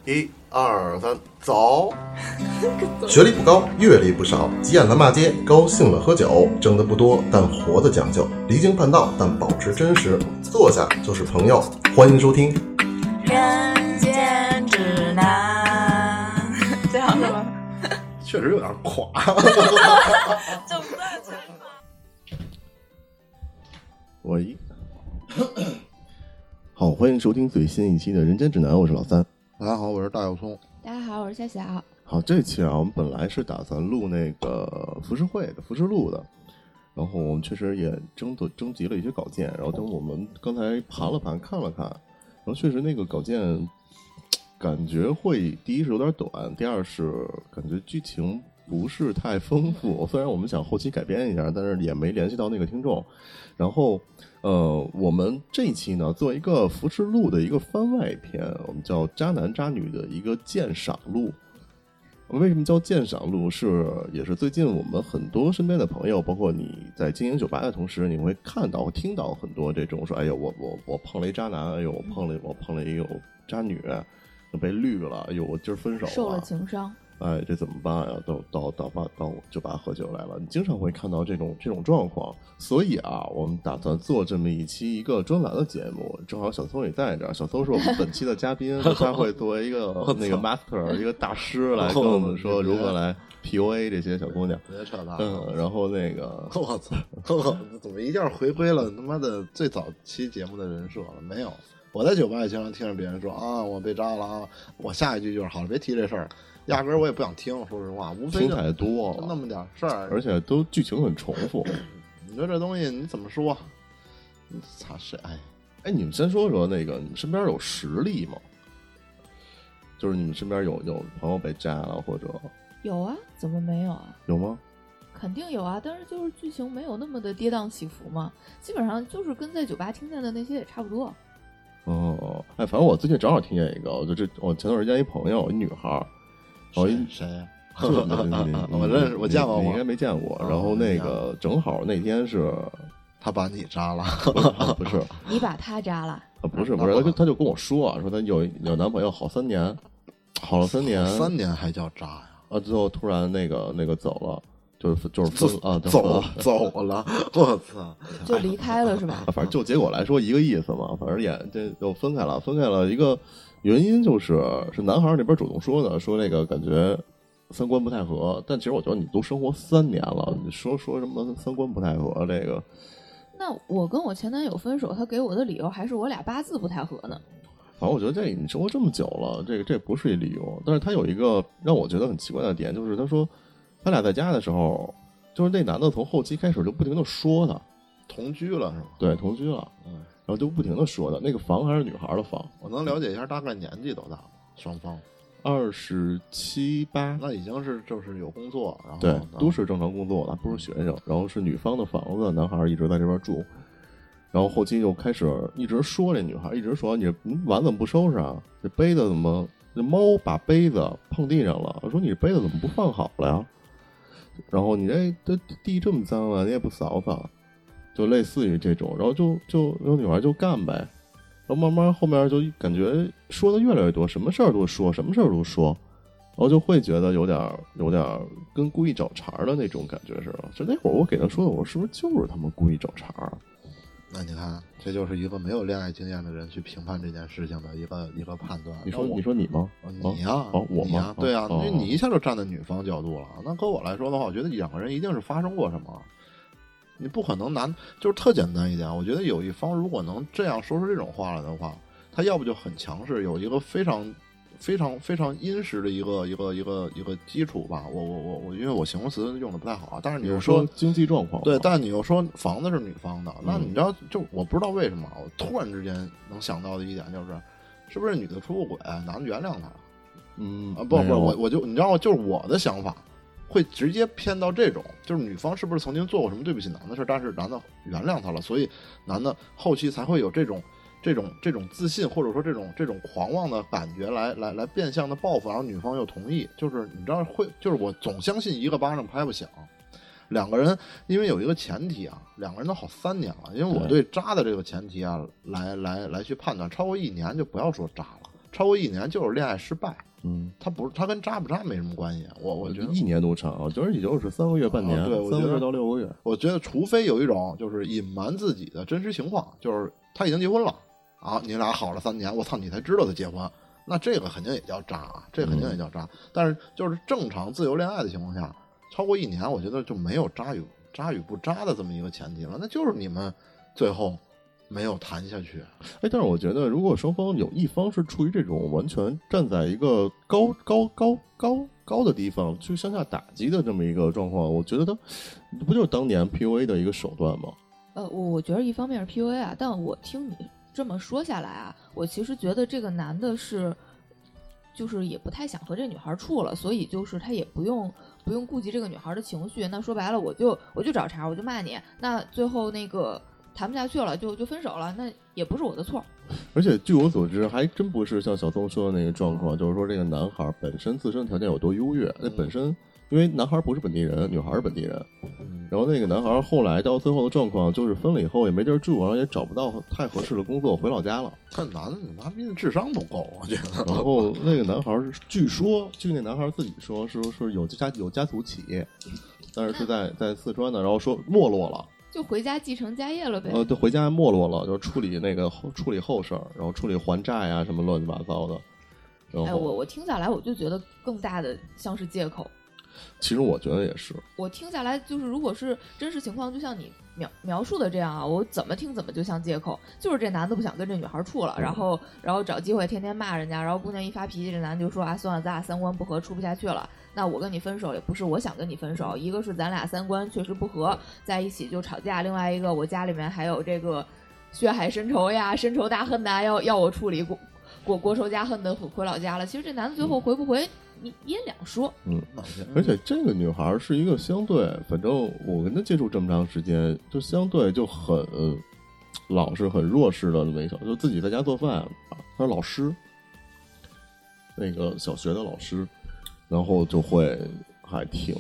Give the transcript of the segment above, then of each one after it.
1、2、3，走！ 学历不高，阅历不少，急眼了骂街，高兴了喝酒，挣得不多，但活得讲究，离经叛道，但保持真实。坐下就是朋友，欢迎收听 《人间指南》，这样是吗？ 确实有点垮。 整段全喂，好，欢迎收听最新一期的《人间指南》，我是老三。 大家好，我是大油葱。 大家好，我是夏夏。 好，这期啊，我们本来是打算录那个浮世绘的浮世录的，然后我们确实也征集了一些稿件，然后等我们刚才盘了盘看了看，然后确实那个稿件感觉会，第一是有点短，第二是感觉剧情不是太丰富，虽然我们想后期改编一下，但是也没联系到那个听众。然后我们这一期呢做一个浮世录的一个番外篇，我们叫渣男渣女的一个鉴赏录。为什么叫鉴赏录？也是最近我们很多身边的朋友，包括你在经营酒吧的同时，你会看到听到很多这种说，哎呦我碰了一渣男，哎呦我碰了一个渣女，被绿了，哎呦我今儿分手了， 受了情伤， 哎，这怎么办呀？到酒吧喝酒来了，你经常会看到这种状况。所以啊，我们打算做这么一个专栏的节目，正好小松也在这儿。小松是我们本期的嘉宾，他会作为一个那个 master 一个大师来跟我们说如何来 PUA 这些小姑娘。 别扯淡。 然后那个， 我操，怎么一下回归了他妈的最早期节目的人设了？没有，我在酒吧也经常听着别人说啊，我被渣了啊，我下一句就是好了，别提这事儿。压根儿我也不想听，说实话，无非听太多了， 就那么点事儿， 而且都剧情很重复。 你说这东西你怎么说？你操谁？ 哎，你们先说说那个，你们身边有实例吗？就是你们身边有朋友被渣了，或者有啊？怎么没有啊？ 有吗？ 肯定有啊，但是就是剧情没有那么的跌宕起伏嘛，基本上就是跟在酒吧听见的那些也差不多。 哦，哎，反正我最近正好听见一个，我前段时间一朋友，一女孩。 谁呀？ 我认识，我见过吗？ 你应该没见过。然后那个正好那天是他把你渣了， 不是？ 你把他渣了？ 不是，他就跟我说啊，说他有男朋友好3年，好了3年 ，3年还叫渣呀？ 啊，最后突然那个走了，就是分啊， 走了，我操， 就离开了是吧？ 反正就结果来说一个意思嘛，反正也这就分开了一个。原因是男孩那边主动说的，说那个感觉三观不太合，但其实我觉得你都生活3年了，你说什么三观不太合这个？ 那我跟我前男友分手，他给我的理由还是我俩八字不太合呢。 反正我觉得你生活这么久了，这不是一理由。但是他有一个让我觉得很奇怪的点，就是他说他俩在家的时候，就是那男的从后期开始就不停的说他同居了是吗？ 对，同居了，然后就不停的说的，那个房还是女孩的房。 我能了解一下大概年纪多大吗？双方 27、8， 那已经是就是有工作，然后对，都是正常工作的，不是学生。然后是女方的房子，男孩一直在这边住。然后后期就开始一直说这女孩，一直说你碗怎么不收拾啊？这杯子怎么这猫把杯子碰地上了？我说你这杯子怎么不放好了呀？然后你这地这么脏了，你也不扫扫。就类似于这种，然后就有女孩就干呗，然后慢慢后面就感觉说的越来越多，什么事儿都说，然后就会觉得有点跟故意找茬的那种感觉似的。就那会儿我给他说的，我说是不是就是他们故意找茬啊？ 那你看，这就是一个没有恋爱经验的人去评判这件事情的一个判断。 你说你吗？ 你呀， 我吗？ 对啊，因为你一下就站在女方角度了。那搁我来说的话，我觉得2个人一定是发生过什么。你不可能就是特简单一点。我觉得有一方如果能这样说出这种话来的话，他要不就很强势，有一个非常殷实的一个基础吧。我因为我形容词用的不太好啊，但是你又说经济状况， 对，但是你又说房子是女方的，那你知道，就我不知道为什么，我突然之间能想到的一点就是，是不是女的出过轨，男的原谅她了？不，我就你知道，就是我的想法。会直接偏到这种，就是女方是不是曾经做过什么对不起男的事，但是男的原谅他了，所以男的后期才会有这种自信，或者说这种狂妄的感觉来变相的报复，然后女方又同意，就是你知道就是我总相信一个巴掌拍不响。2个人因为有一个前提啊，2个人都好3年了，因为我对渣的这个前提啊来去判断，超过1年就不要说渣了。 超过1年就是恋爱失败。他跟渣不渣没什么关系。我觉得 1年多长，我觉得也就是3个月半年， 对，3 个月到6个月。 我觉得除非有一种就是隐瞒自己的真实情况，就是他已经结婚了啊，你俩好了3年，我操，你才知道他结婚，那这个肯定也叫渣啊，这肯定也叫渣。但是就是正常自由恋爱的情况下，超过1年，我觉得就没有渣与不渣的这么一个前提了，那就是你们最后没有谈下去。 但是我觉得如果双方有一方是处于这种完全站在一个高的地方去向下打击的这么一个状况，我觉得他不就是当年 PUA 的一个手段吗？ 我觉得一方面是 PUA 啊，但我听你这么说下来啊，我其实觉得这个男的是就是也不太想和这女孩处了，所以就是他也不用顾及这个女孩的情绪。那说白了，我就找茬，我就骂你，那最后那个谈不下去了，就分手了，那也不是我的错。 而且据我所知，还真不是像小松说的那个状况，就是说这个男孩本身自身条件有多优越，那本身因为男孩不是本地人，女孩是本地人，然后那个男孩后来到最后的状况就是分了以后也没地儿住，然后也找不到太合适的工作，回老家了。 看男的你妈逼的智商不够，我觉得。 然后那个男孩据那男孩自己说是有家族企业，但是是在四川的，然后说没落了。 就回家继承家业了呗。 对，回家没落了，就处理后事儿，然后处理还债啊什么乱七八糟的。然后我听下来，我就觉得更大的像是借口。 其实我觉得也是。 我听下来就是，如果是真实情况，就像你描述的这样啊，我怎么听怎么就像借口。就是这男的不想跟这女孩处了，然后找机会天天骂人家，然后姑娘一发脾气，这男的就说啊，算了，咱俩3观不合，处不下去了。那我跟你分手也不是我想跟你分手，一个是咱俩3观确实不合，在一起就吵架，另外一个我家里面还有这个血海深仇呀，深仇大恨的，要我处理国仇家恨的回老家了。其实这男的最后回不回，你也两说。 而且这个女孩是一个相对，反正我跟她接触这么长时间，就相对就很老实、很弱势的那么一小，就自己在家做饭，她是老师，那个小学的老师。然后就会还挺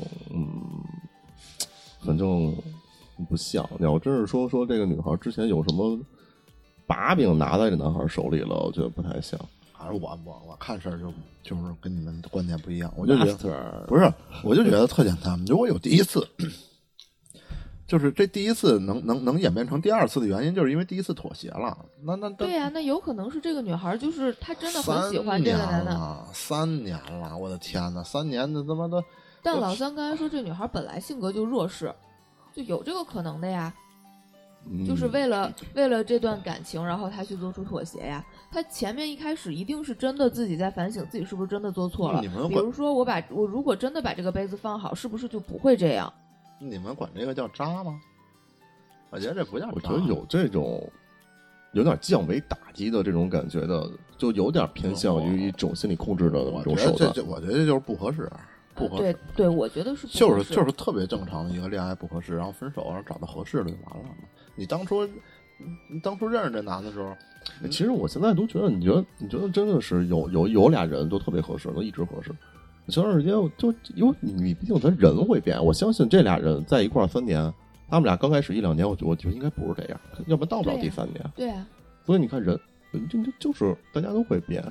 反正不像。你要真是说这个女孩之前有什么把柄拿在这男孩手里了，我觉得不太像。 还是我看事儿就是跟你们观点不一样，我就觉得不是，我就觉得特简单。如果有第一次，就是这第一次能演变成第2次的原因，就是因为第一次妥协了。那对呀，那有可能是这个女孩就是她真的很喜欢这个男的。 3年了，我的天哪！3年的他妈的。 但老三刚才说这女孩本来性格就弱势，就有这个可能的呀。就是为了这段感情，然后她去做出妥协呀。她前面一开始一定是真的自己在反省自己是不是真的做错了。比如说我如果真的把这个杯子放好，是不是就不会这样？ 你们管这个叫渣吗？我觉得这不叫渣。 我觉得有这种有点降维打击的这种感觉的，就有点偏向于一种心理控制的这种手段。 我觉得这就是不合适，不合适。 对，我觉得是不合适。 就是特别正常的一个恋爱不合适，然后分手，然后找到合适的就完了。你当初认识这男的时候， 其实我现在都觉得，你觉得真的是有俩人都特别合适，都一直合适。前段时间就因为你毕竟咱人会变，我相信这俩人在一块3年，他们俩刚开始1-2年，我觉得应该不是这样，要不然到不了第3年。 对啊。 所以你看人就是大家都会变，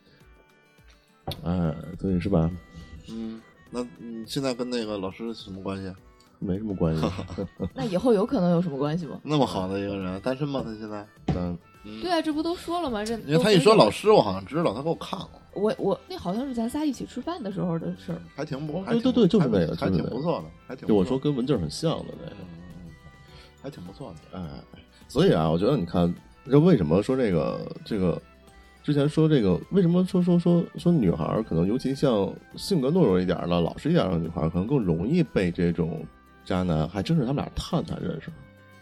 所以是吧？ 那你现在跟那个老师什么关系？ 没什么关系。 那以后有可能有什么关系吗？ 那么好的一个人，单身吗？他现在？ 对啊，这不都说了吗？ 因为他一说老师，我好像知道，他给我看过。 我那好像是咱仨一起吃饭的时候的事儿， 还挺不， 对，就是那个， 还挺不错的，还挺。 就我说跟文静很像的那个， 还挺不错的。 所以啊，我觉得你看，这为什么说这个之前说这个，为什么说女孩可能尤其像性格懦弱一点的、老实一点的女孩，可能更容易被这种渣男，还真是他们俩探认识。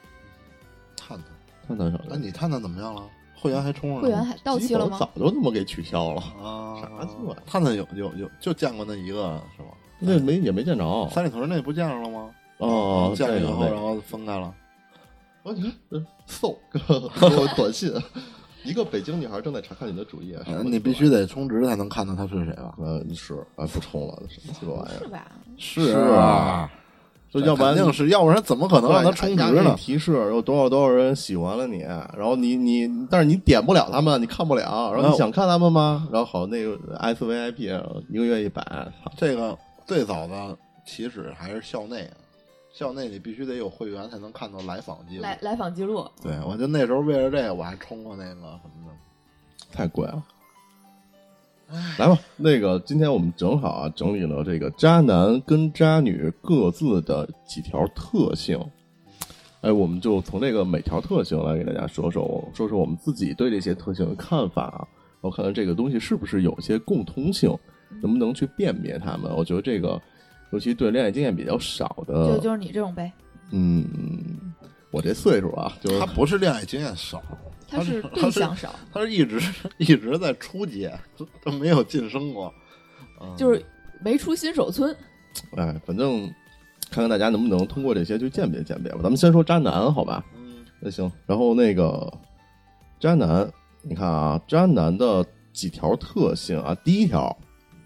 探上了。 那你探怎么样了？会员还充了？ 会员还到期了吗？ 早就他妈给取消了啊！ 啥鸡巴？ 探有就见过那一个是吧？ 那也没见着。 三里屯那不见着了吗？ 哦， 见了以后然后分开了。 你看，送给我短信。一个北京女孩正在查看你的主页， 你必须得充值才能看到她是谁吧？ 是不充了，什么鸡巴玩意儿？ 是吧？ 是啊， 就要不然肯定是，要不然怎么可能让他充值呢？ 提示有多少人喜欢了你，然后但是你点不了他们，你看不了，然后你想看他们吗？然后好那个 SVIP 1个月100， 这个最早的起始还是校内。校内你必须得有会员才能看到来访记录。 来访记录。 对，我就那时候为了这个，我还充过那个什么的。 太贵了。来吧，那个今天我们正好啊整理了这个渣男跟渣女各自的几条特性。哎，我们就从这个每条特性来给大家说说我们自己对这些特性的看法啊，然后看看这个东西是不是有些共通性，能不能去辨别它们。我觉得这个。尤其对恋爱经验比较少的， 就是你这种呗。 我这岁数啊，就是他不是恋爱经验少， 他是对象少， 他是一直在初阶，都没有晋升过， 就是没出新手村。 哎，反正看看大家能不能通过这些去鉴别吧。咱们先说渣男，好吧？那行。然后那个渣男，你看啊，渣男的几条特性啊，第一条，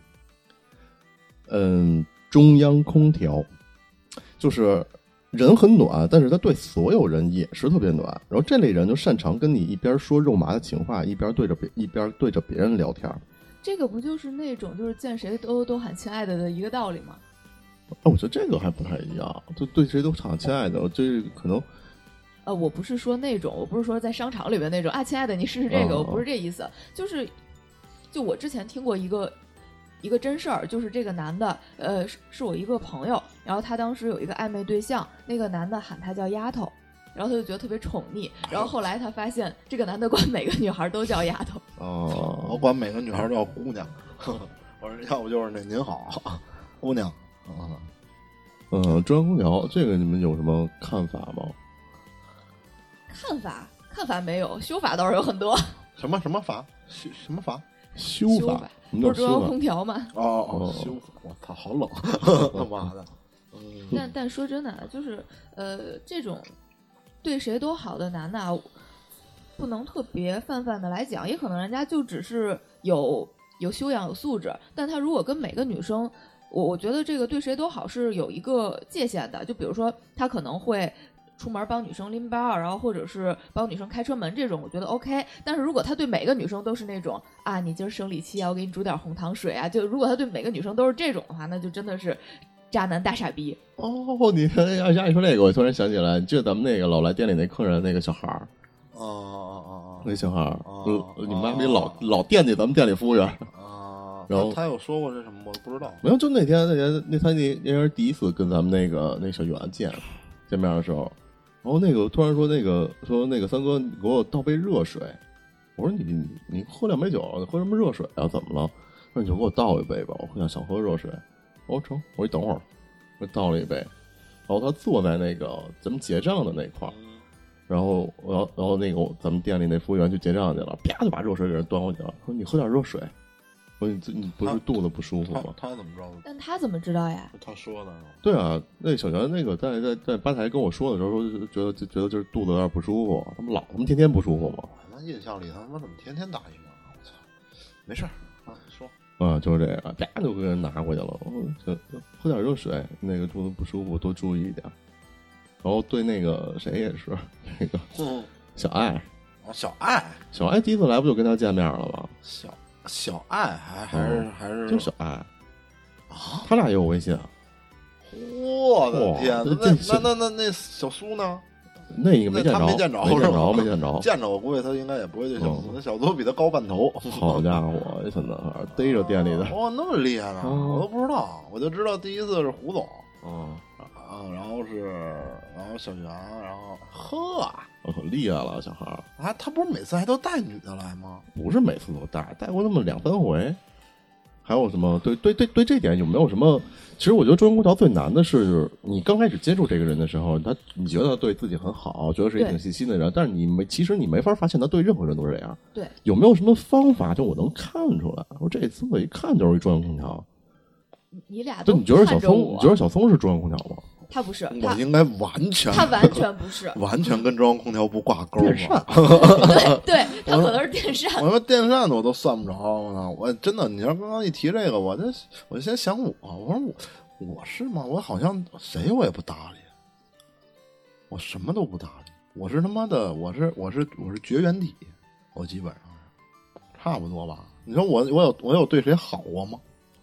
中央空调，就是人很暖，但是他对所有人也是特别暖。然后这类人就擅长跟你一边说肉麻的情话，一边对着别人聊天。 这个不就是那种就是见谁都喊亲爱的的一个道理吗？ 我觉得这个还不太一样，就对谁都喊亲爱的，这可能。 我不是说那种，我不是说在商场里面那种啊，亲爱的，你试试这个，我不是这意思，就我之前听过一个真事儿，就是这个男的，是我一个朋友，然后他当时有一个暧昧对象，那个男的喊他叫丫头，然后他就觉得特别宠溺，然后后来他发现这个男的管每个女孩都叫丫头。 我管每个女孩都叫姑娘，我说要不就是那您好，姑娘。 中央空调这个你们有什么看法吗？ 看法没有，修法倒是有很多。 什么法？什么法？ 修法不是中央空调吗？ 修法，我操，好冷，他妈的。 但说真的，就是这种对谁都好的男的，不能特别泛的来讲，也可能人家就只是有修养有素质，但他如果跟每个女生，我觉得这个对谁都好是有一个界限的，就比如说他可能会出门帮女生拎包，然后或者是帮女生开车门这种，我觉得 OK。但是如果他对每个女生都是那种啊，你今儿生理期啊，我给你煮点红糖水啊，就如果他对每个女生都是这种的话，那就真的是渣男大傻逼。 你要一说这个，我突然想起来，就咱们那个老来店里那客人那个小孩儿，那小孩儿，你妈逼老惦记咱们店里服务员。然后他有说过这什么我不知道。 没有，就那天他那人第一次跟咱们那小圆见面的时候，然后那个突然说那个三哥，你给我倒杯热水。我说你喝2杯酒，你喝什么热水啊？怎么了？说你就给我倒一杯吧，我想喝热水。我说成，我说你等会儿，我倒了一杯。然后他坐在那个咱们结账的那块儿，然后那个咱们店里那服务员去结账去了，啪就把热水给人端过去了，说你喝点热水。我说你不是肚子不舒服吗？ 他怎么知道的？ 但他怎么知道呀？ 他说的。 对啊，那小袁那个在吧台跟我说的时候，说觉得就是肚子有点不舒服，他们天天不舒服嘛。 那印象里他们怎么天天打一个？我操，没事说。 就是这个，啪就给人拿过去了。就喝点热水，那个肚子不舒服多注意一点。然后对那个谁也是那个小爱， 小爱第一次来不就跟他见面了吗？ 小爱还是就小爱啊，他俩也有微信。 我的天，那小苏呢？ 那应该没见着， 没见着。 见着我估计他应该也不会对小苏，那小苏比他高半头。 好家伙，这小男孩逮着店里的， 那么厉害呢？我都不知道，我就知道第一次是胡总，然后小袁，然后很厉害了，小孩他不是每次还都带女的来吗？ 不是每次都带过那么2-3回。还有什么？对，这点有没有什么？其实我觉得中央空调最难的是，你刚开始接触这个人的时候，你觉得他对自己很好，觉得是一个挺细心的人，但是其实你没法发现他对任何人都是这样。 对， 有没有什么方法，就我能看出来？我这次我一看就是一中央空调。 你俩都你觉得小松是中央空调吗？ 他不是， 我应该完全不是， 完全跟中央空调不挂钩。 电扇， 对，他可能是电扇。 我说电扇的我都算不着呢。我真的，你要刚刚一提这个，我就先想我说我是吗？我好像谁我也不搭理，我什么都不搭理。我是他妈的，我是绝缘体，我基本上是差不多吧。你说我有对谁好过吗？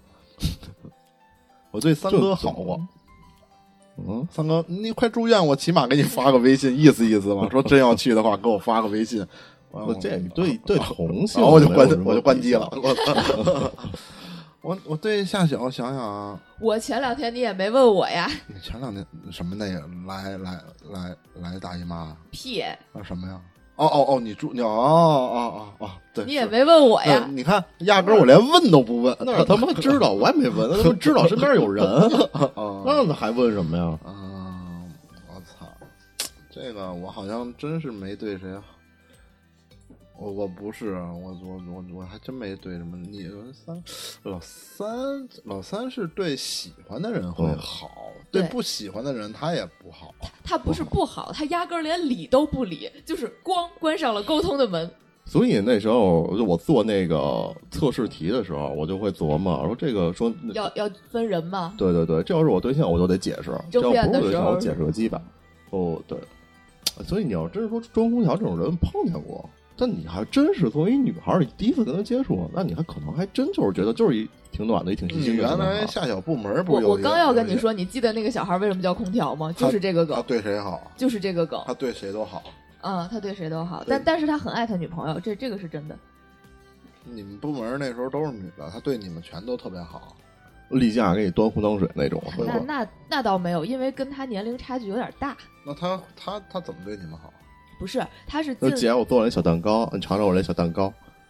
我对三哥好过。三哥，你快住院，我起码给你发个微信，意思意思吧。说真要去的话，给我发个微信。 这对同性， 我就关机了。我对夏晓想想啊， 我前2天你也没问我呀。 你前2天什么那个来大姨妈？ 屁啊什么呀？哦，你住你对， 你也没问我呀。 你看，压根我连问都不问， 那他妈知道我也没问，他妈知道身边有人，那还问什么呀？ 我操，这个我好像真是没对谁好。我不是我还真没对什么。你老三是对喜欢的人会好，对不喜欢的人他也不好。 他不是不好，他压根连理都不理，就是光关上了沟通的门。 所以那时候我做那个测试题的时候，我就会琢磨说这个说要分人吗？ 对，这要是我对象我就得解释，这要不是我对象我解释个鸡巴。对，所以你要真是说装空调这种人碰见过。但你还真是作为一女孩，你第一次跟他接触，那你还可能还真就是觉得就是一挺暖的，一挺细心的。 原来夏小部门不是我刚要跟你说，你记得那个小孩为什么叫空调吗？就是这个梗。 他对谁好？ 就是这个梗。 他对谁都好。 他对谁都好，但是他很爱他女朋友，这个是真的。 你们部门那时候都是女的，他对你们全都特别好， 例假给你端壶汤水那种。 那倒没有，因为跟他年龄差距有点大。 那他怎么对你们好？ 不是，他是姐，我做了一小蛋糕，你尝尝我这小蛋糕，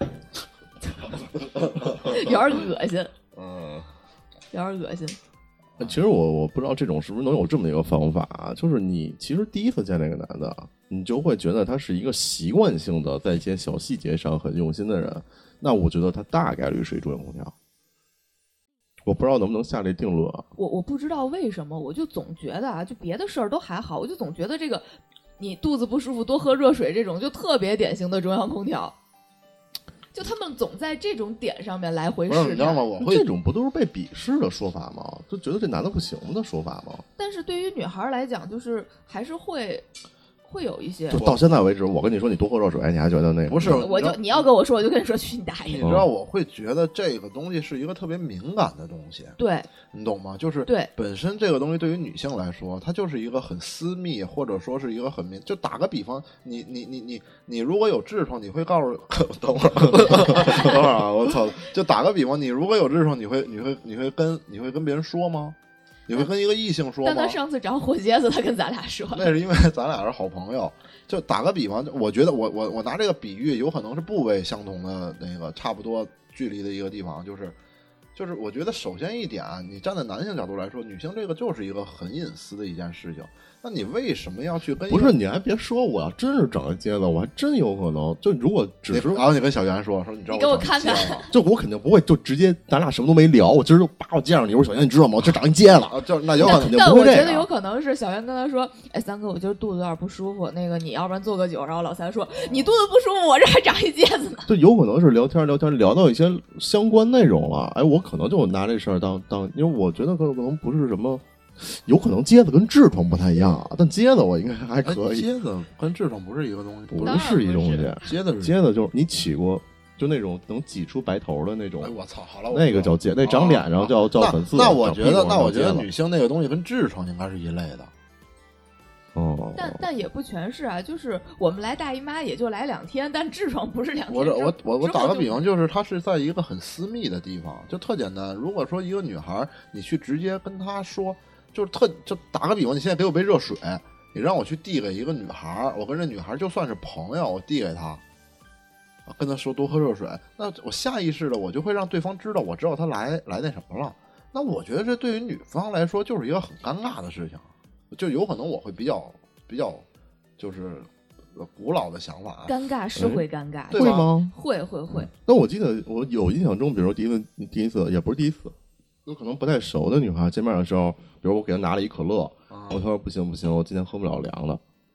有点恶心，有点恶心。 其实我不知道这种是不是能有这么一个方法，就是你其实第一次见那个男的，你就会觉得他是一个习惯性的在一些小细节上很用心的人，那我觉得他大概率是一中央空调。我不知道能不能下这定论啊。 我不知道为什么，我就总觉得啊，就别的事儿都还好，我就总觉得这个。你肚子不舒服多喝热水这种就特别典型的中央空调，就他们总在这种点上面来回试探。 你知道吗？ 这种不都是被鄙视的说法吗？就觉得这男的不行的说法吗？ 但是对于女孩来讲，就是还是会有一些。 就到现在为止，我跟你说你多喝热水，你还觉得那个不是？ 你要跟我说，我就跟你说去你大爷。 你知道我会觉得这个东西是一个特别敏感的东西， 对， 你懂吗？就是对本身这个东西对于女性来说，它就是一个很私密，或者说是一个很就打个比方，你如果有痔疮，你会告诉等会儿啊，我操！就打个比方，你如果有痔疮，你会跟别人说吗？你会跟一个异性说吗？ 但他上次找火疖子，他跟咱俩说， 那是因为咱俩是好朋友。就打个比方，我觉得我拿这个比喻，有可能是部位相同的那个差不多距离的一个地方，就是我觉得首先一点，你站在男性角度来说，女性这个就是一个很隐私的一件事情。那你为什么要去跟？ 不是，你还别说，我要真是长一疖子，我还真有可能。就如果只是， 然后你跟小袁说，你知道你给我看看， 就我肯定不会就直接咱俩什么都没聊，我今儿就把我介绍你，我说小袁你知道吗？我这长一疖子， 就那有可能但我觉得有可能是小袁跟他说，哎，三哥，我今儿肚子有点不舒服，那个你要不然做个酒。然后老三说，你肚子不舒服，我这还长一疖子呢。 就有可能是聊天聊到一些相关内容了，哎，我可能就拿这事儿当，因为我觉得可能不是什么。有可能疖子跟痔疮不太一样啊，但疖子我应该还可以。 疖子跟痔疮不是一个东西， 不是一东西。 疖子就是你起过，就那种能挤出白头的那种。 哎，我操，好了， 那个叫疖，那长脸上叫粉刺。 那我觉得女性那个东西跟痔疮应该是一类的。 哦， 但也不全是啊，就是我们来大姨妈也就来2天，但痔疮不是2天。 我打个比方，就是它是在一个很私密的地方，就特简单。如果说一个女孩，你去直接跟她说。就打个比方，你现在给我杯热水，你让我去递给一个女孩，我跟这女孩就算是朋友，我递给她，跟她说多喝热水，那我下意识的我就会让对方知道，我知道她来那什么了。那我觉得这对于女方来说就是一个很尴尬的事情，就有可能我会比较就是古老的想法。 尴尬是会尴尬， 会吗？ 会。 那我记得我有印象中，比如说第一次也不是第一次。有可能不太熟的女孩见面的时候，比如我给她拿了一可乐，我说不行，我今天喝不了凉的，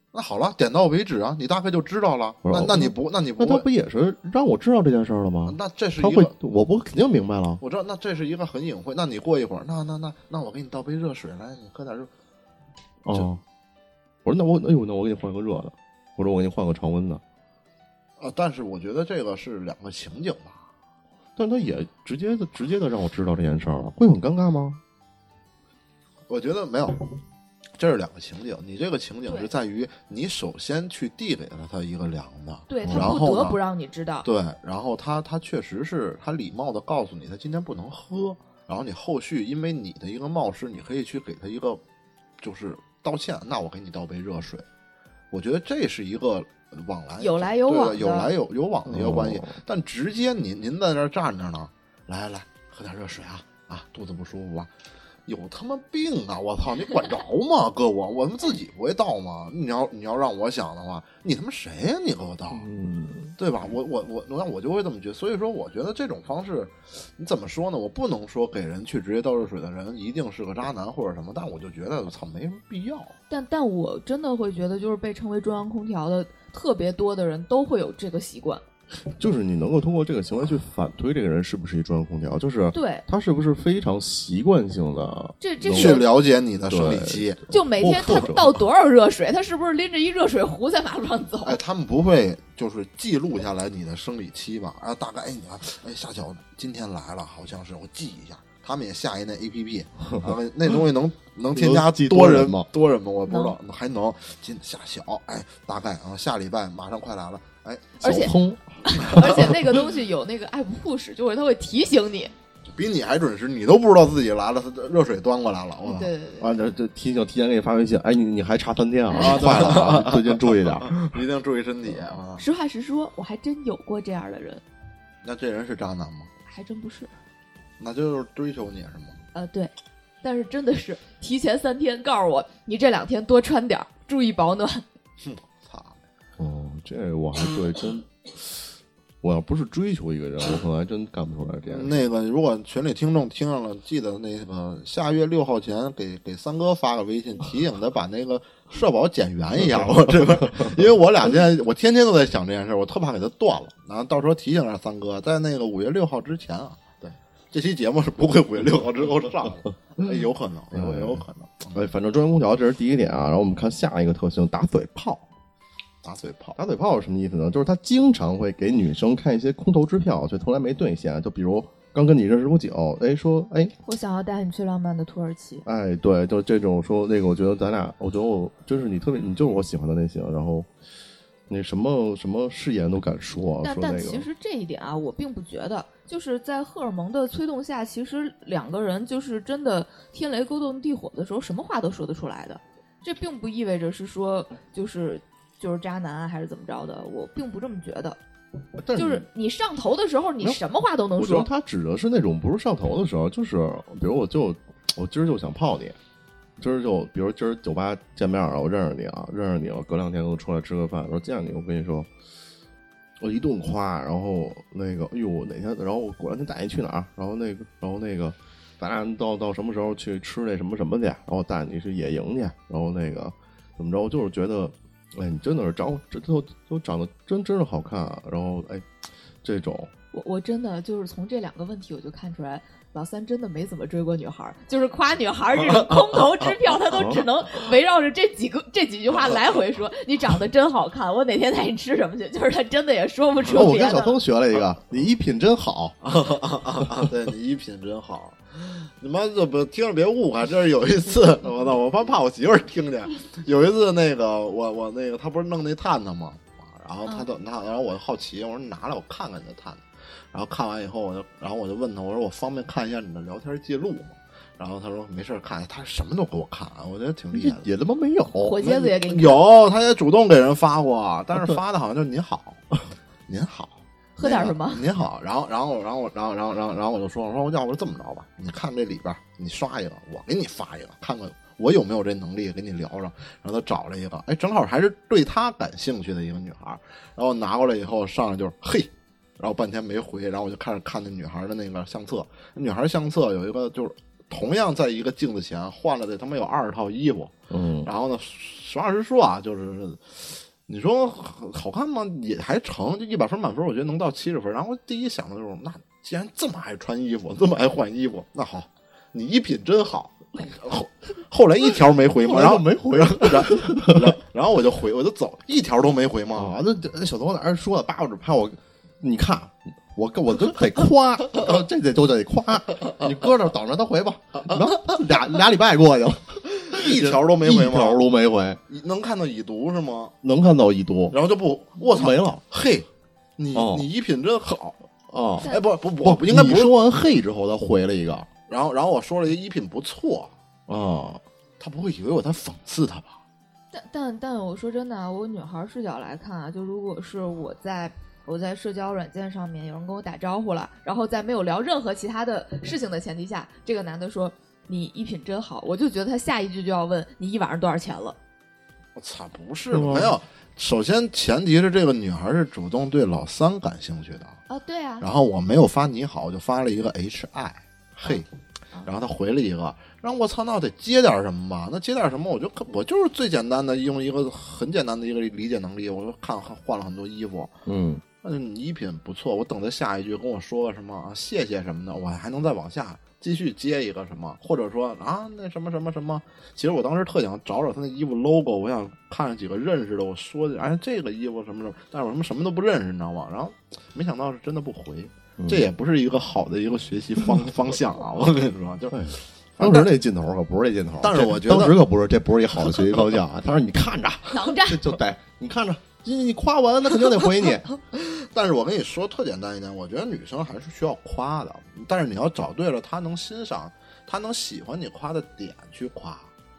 那好了，点到为止啊，你大概就知道了。那你不那他不也是让我知道这件事了吗？ 那这是一个， 我不肯定明白了。 我知道，那这是一个很隐晦。那你过一会儿，那我给你倒杯热水来，你喝点热。 哦，我说那我给你换个热的，或者我给你换个常温的。 但是我觉得这个是两个情景吧。 但他也直接的让我知道这件事了，会很尴尬吗？ 我觉得没有。这是两个情景，你这个情景是在于你首先去递给了他一个凉的， 对，他不得不让你知道， 对，然后他确实是他礼貌的告诉你他今天不能喝，然后你后续因为你的一个冒失，你可以去给他一个就是道歉，那我给你倒杯热水，我觉得这是一一往来有来有往的， 有来有往的一个关系，但直接您在那站着呢，来喝点热水啊，肚子不舒服吧？有他妈病啊！我操，你管着吗？哥我他妈自己不会倒吗？你要让我想的话，你他妈谁呀？你给我倒，对吧？我就会这么觉得。所以说，我觉得这种方式，你怎么说呢？我不能说给人去直接倒热水的人一定是个渣男或者什么，但我就觉得操没什么必要。 但我真的会觉得，就是被称为中央空调的特别多的人都会有这个习惯。 就是你能够通过这个行为去反推这个人是不是一中央空调，就是对他是不是非常习惯性的这去了解你的生理期， 就每天他倒多少热水，他是不是拎着一热水壶在马路上走？ 他们不会就是记录下来你的生理期吧？大概你看，夏乔今天来了，好像是我记一下。他们也下一那 APP， 那东西能添加多人吗？多人吗？我不知道，还能夏小大概下礼拜马上快来了， 而且那个东西有那个app push，就是它会提醒你， 比你还准时，你都不知道自己来了，热水端过来了， 对， 这提前给你发微信，你还差3天快了，最近注意点， 一定注意身体啊！ 实话实说，我还真有过这样的人。 那这人是渣男吗？ 还真不是。 那就是追求你是吗？ 对，但是真的是提前3天告诉我，你这2天多穿点，注意保暖。 操！ 这我还对真，我要不是追求一个人，我可能还真干不出来这样。 那个，如果群里听众听上了，记得那个下月6号前给三哥发个微信，提醒他把那个社保减员一下。我这个，因为我我天天都在想这件事，我特怕给他断了。然后到时候提醒一下三哥，在那个5月6号之前这期节目是不会5月6号之后上的，有可能，有可能。 反正中央空调这是第一点啊，然后我们看下一个特性，打嘴炮。 打嘴炮是什么意思呢？就是他经常会给女生看一些空头支票，却从来没兑现。就比如刚跟你认识不久，说我想要带你去浪漫的土耳其。 对，就这种说那个，我觉得我觉得我就是你就是我喜欢的类型，然后。那什么誓言都敢说， 但其实这一点啊，我并不觉得，就是在荷尔蒙的催动下，其实2个人就是真的天雷勾动地火的时候，什么话都说得出来的。这并不意味着是说就是渣男啊，还是怎么着的，我并不这么觉得。就是你上头的时候，你什么话都能说。 我觉得他指的是那种不是上头的时候，就是比如我今儿就想泡你。比如今儿酒吧见面了，我认识你了，隔2天我出来吃个饭，说见你，我跟你说，我一顿夸，然后那个，哪天，然后我过2天带你去哪儿，然后那个，咱俩到什么时候去吃那什么什么去，然后带你去野营去，然后那个怎么着，我就是觉得，你真的是都长得真的好看啊，然后这种， 我真的就是从这2个问题我就看出来。老三真的没怎么追过女孩，就是夸女孩这种空头支票，他都只能围绕着这几句话来回说。你长得真好看，我哪天带你吃什么去？就是他真的也说不出别的。 我跟小峰学了一个，你衣品真好。 对，你衣品真好。你妈这不听着别误会，这是有一次，我怕我媳妇儿听见。有一次那个我那个他不是弄那探探吗？然后然后我就好奇，我说拿来我看看你的探探。然后看完以后，我就问他，我说我方便看一下你的聊天记录吗？然后他说没事看，他什么都给我看，我觉得挺厉害的。 也他妈没有， 火疖子也给你有，他也主动给人发过，但是发的好像就是您好，您好， 喝点什么？ 您好。然后我就说要不这么着吧，你看这里边，你刷一个，我给你发一个，看看我有没有这能力给你聊上。然后他找了一个，正好还是对他感兴趣的一个女孩，然后拿过来以后上来就是嘿。然后半天没回，然后我就开始看那女孩的那个相册。女孩相册有一个就是同样在一个镜子前换了这他妈有20套衣服，然后呢，实话实说啊，就是你说好看吗？也还成，就100分满分，我觉得能到70分。然后第一想的就是，那既然这么爱穿衣服，这么爱换衣服，那好，你衣品真好。后来一条没回嘛，然后没回， 然后我就走，一条都没回嘛。 那小头哪说了8个指拍我，你看我就得夸，这就得夸，你搁这等着他回吧。俩礼拜过去了， 一条都没回吗？ 一条都没回。 能看到已读是吗？ 能看到已读， 然后就不，我操， 没了。 嘿，你衣品真好啊！ 哎，不，应该不是。 说完嘿之后，他回了一个。 然后我说了一个衣品不错啊， 他不会以为我在讽刺他吧？ 但我说真的，我女孩视角来看啊，就如果是我在社交软件上面有人跟我打招呼了，然后在没有聊任何其他的事情的前提下，这个男的说你衣品真好，我就觉得他下一句就要问你一晚上多少钱了。 我操，不是没有。首先前提是这个女孩是主动对老三感兴趣的啊，对啊。 然后我没有发你好，我就发了一个 HI。嘿，然后他回了一个，然后我操，那我得接点什么吧？那接点什么？我就是最简单的，用一个很简单的一个理解能力，我就换了很多衣服，那你衣品不错，我等他下一句跟我说个什么啊，谢谢什么的，我还能再往下继续接一个什么，或者说啊那什么什么什么。其实我当时特想找他那衣服 logo， 我想看上几个认识的，我说哎这个衣服什么什么，但是我什么都不认识，你知道吗？然后没想到是真的不回。这也不是一个好的一个学习方向啊！我跟你说，就当时那劲头可不是这劲头， 但是我觉得当时可不是，这不是一好的学习方向啊！他说你看着， 能着就得你看着，你夸完那肯定得回你。 但是我跟你说特简单一点，我觉得女生还是需要夸的，但是你要找对了，她能欣赏，她能喜欢你夸的点去夸。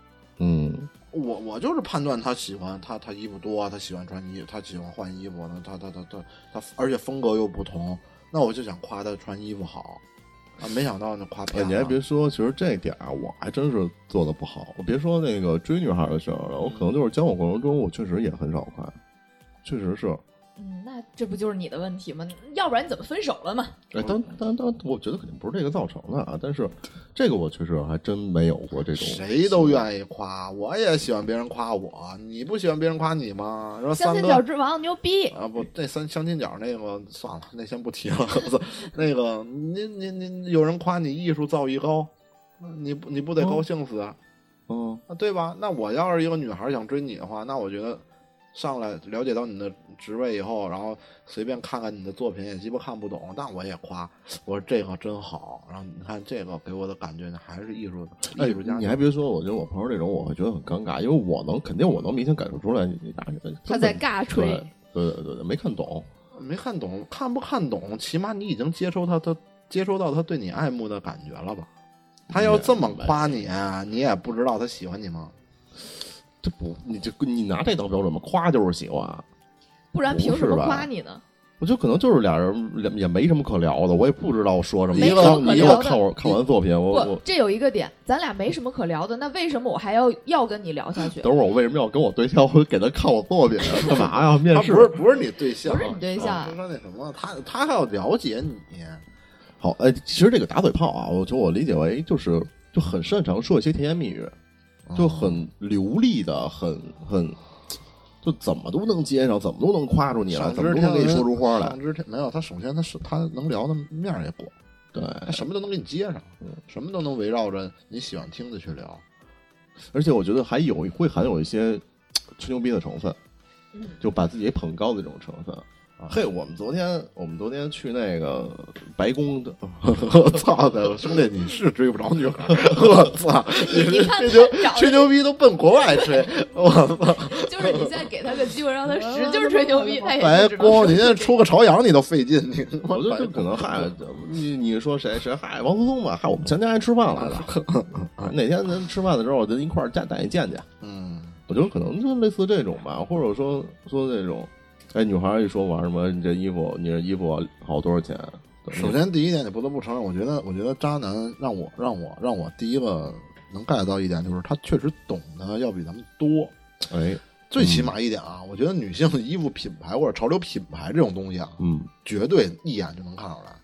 我就是判断他喜欢他衣服多，他喜欢穿衣服，他喜欢换衣服呢，他而且风格又不同。那我就想夸他穿衣服好啊，没想到那夸漂亮。 你还别说，其实这点我还真是做的不好。我别说那个追女孩的事儿了，我可能就是交往过程中，我确实也很少夸，确实是。 那这不就是你的问题吗？要不然你怎么分手了嘛？ 哎，当我觉得肯定不是这个造成的啊，但是这个我确实还真没有过这种。 谁都愿意夸，我也喜欢别人夸我，你不喜欢别人夸你吗？说相亲角之王牛逼啊！不，那相亲角那个算了，那先不提了。那个你有人夸你艺术造诣高，你不得高兴死啊？对吧？那我要是一个女孩想追你的话，那我觉得。上来了解到你的职位以后，然后随便看看你的作品也基本看不懂，但我也夸我说这个真好，然后你看这个给我的感觉还是艺术家。 你还别说，我觉得我朋友这种我会觉得很尴尬，因为肯定我能明显感受出来他在尬吹。 对，没看懂， 看不看懂，起码你已经接收到他对你爱慕的感觉了吧？他要这么夸你，你也不知道他喜欢你吗？ 这不，你拿这当标准吗？夸就是喜欢， 不然凭什么夸你呢？ 我觉得可能就是俩人也没什么可聊的，我也不知道我说什么。 没什么可聊的。 看完作品，我这有一个点，咱俩没什么可聊的，那为什么我还要跟你聊下去？ 等会儿我为什么要跟我对象会给他看我作品？干嘛呀？面试？ 不是你对象， 不是你对象， 就说那什么，他还要了解你。 好，其实这个打嘴炮啊，我理解为就很擅长说一些甜言蜜语。就很流利的，很就怎么都能接上，怎么都能夸住你了，怎么都能给你说出花来。 没有他，首先他能聊的面也广， 对， 他什么都能给你接上，什么都能围绕着你喜欢听的去聊。 而且我觉得会含有一些吹牛逼的成分，就把自己捧高的这种成分。嘿，我们昨天去那个白宫的， 我操的兄弟，你是追不着女孩，我操！ 你看吹牛逼都奔国外吹，我操！ 就是你现在给他个机会让他使劲吹牛逼，他也白宫，你现在出个朝阳你都费劲， 我觉得可能你说谁王思聪吧，我们前天还吃饭来了，哪天咱吃饭的时候我就一块儿带你见见，我觉得可能就类似这种吧，或者说这种。哎，女孩一说玩什么？你这衣服好多少钱？ 首先第一点，你不得不承认，我觉得渣男让我第一个能 get 到一点，就是他确实懂得要比咱们多。 哎， 最起码一点啊，我觉得女性的衣服品牌或者潮流品牌这种东西啊，绝对一眼就能看出来。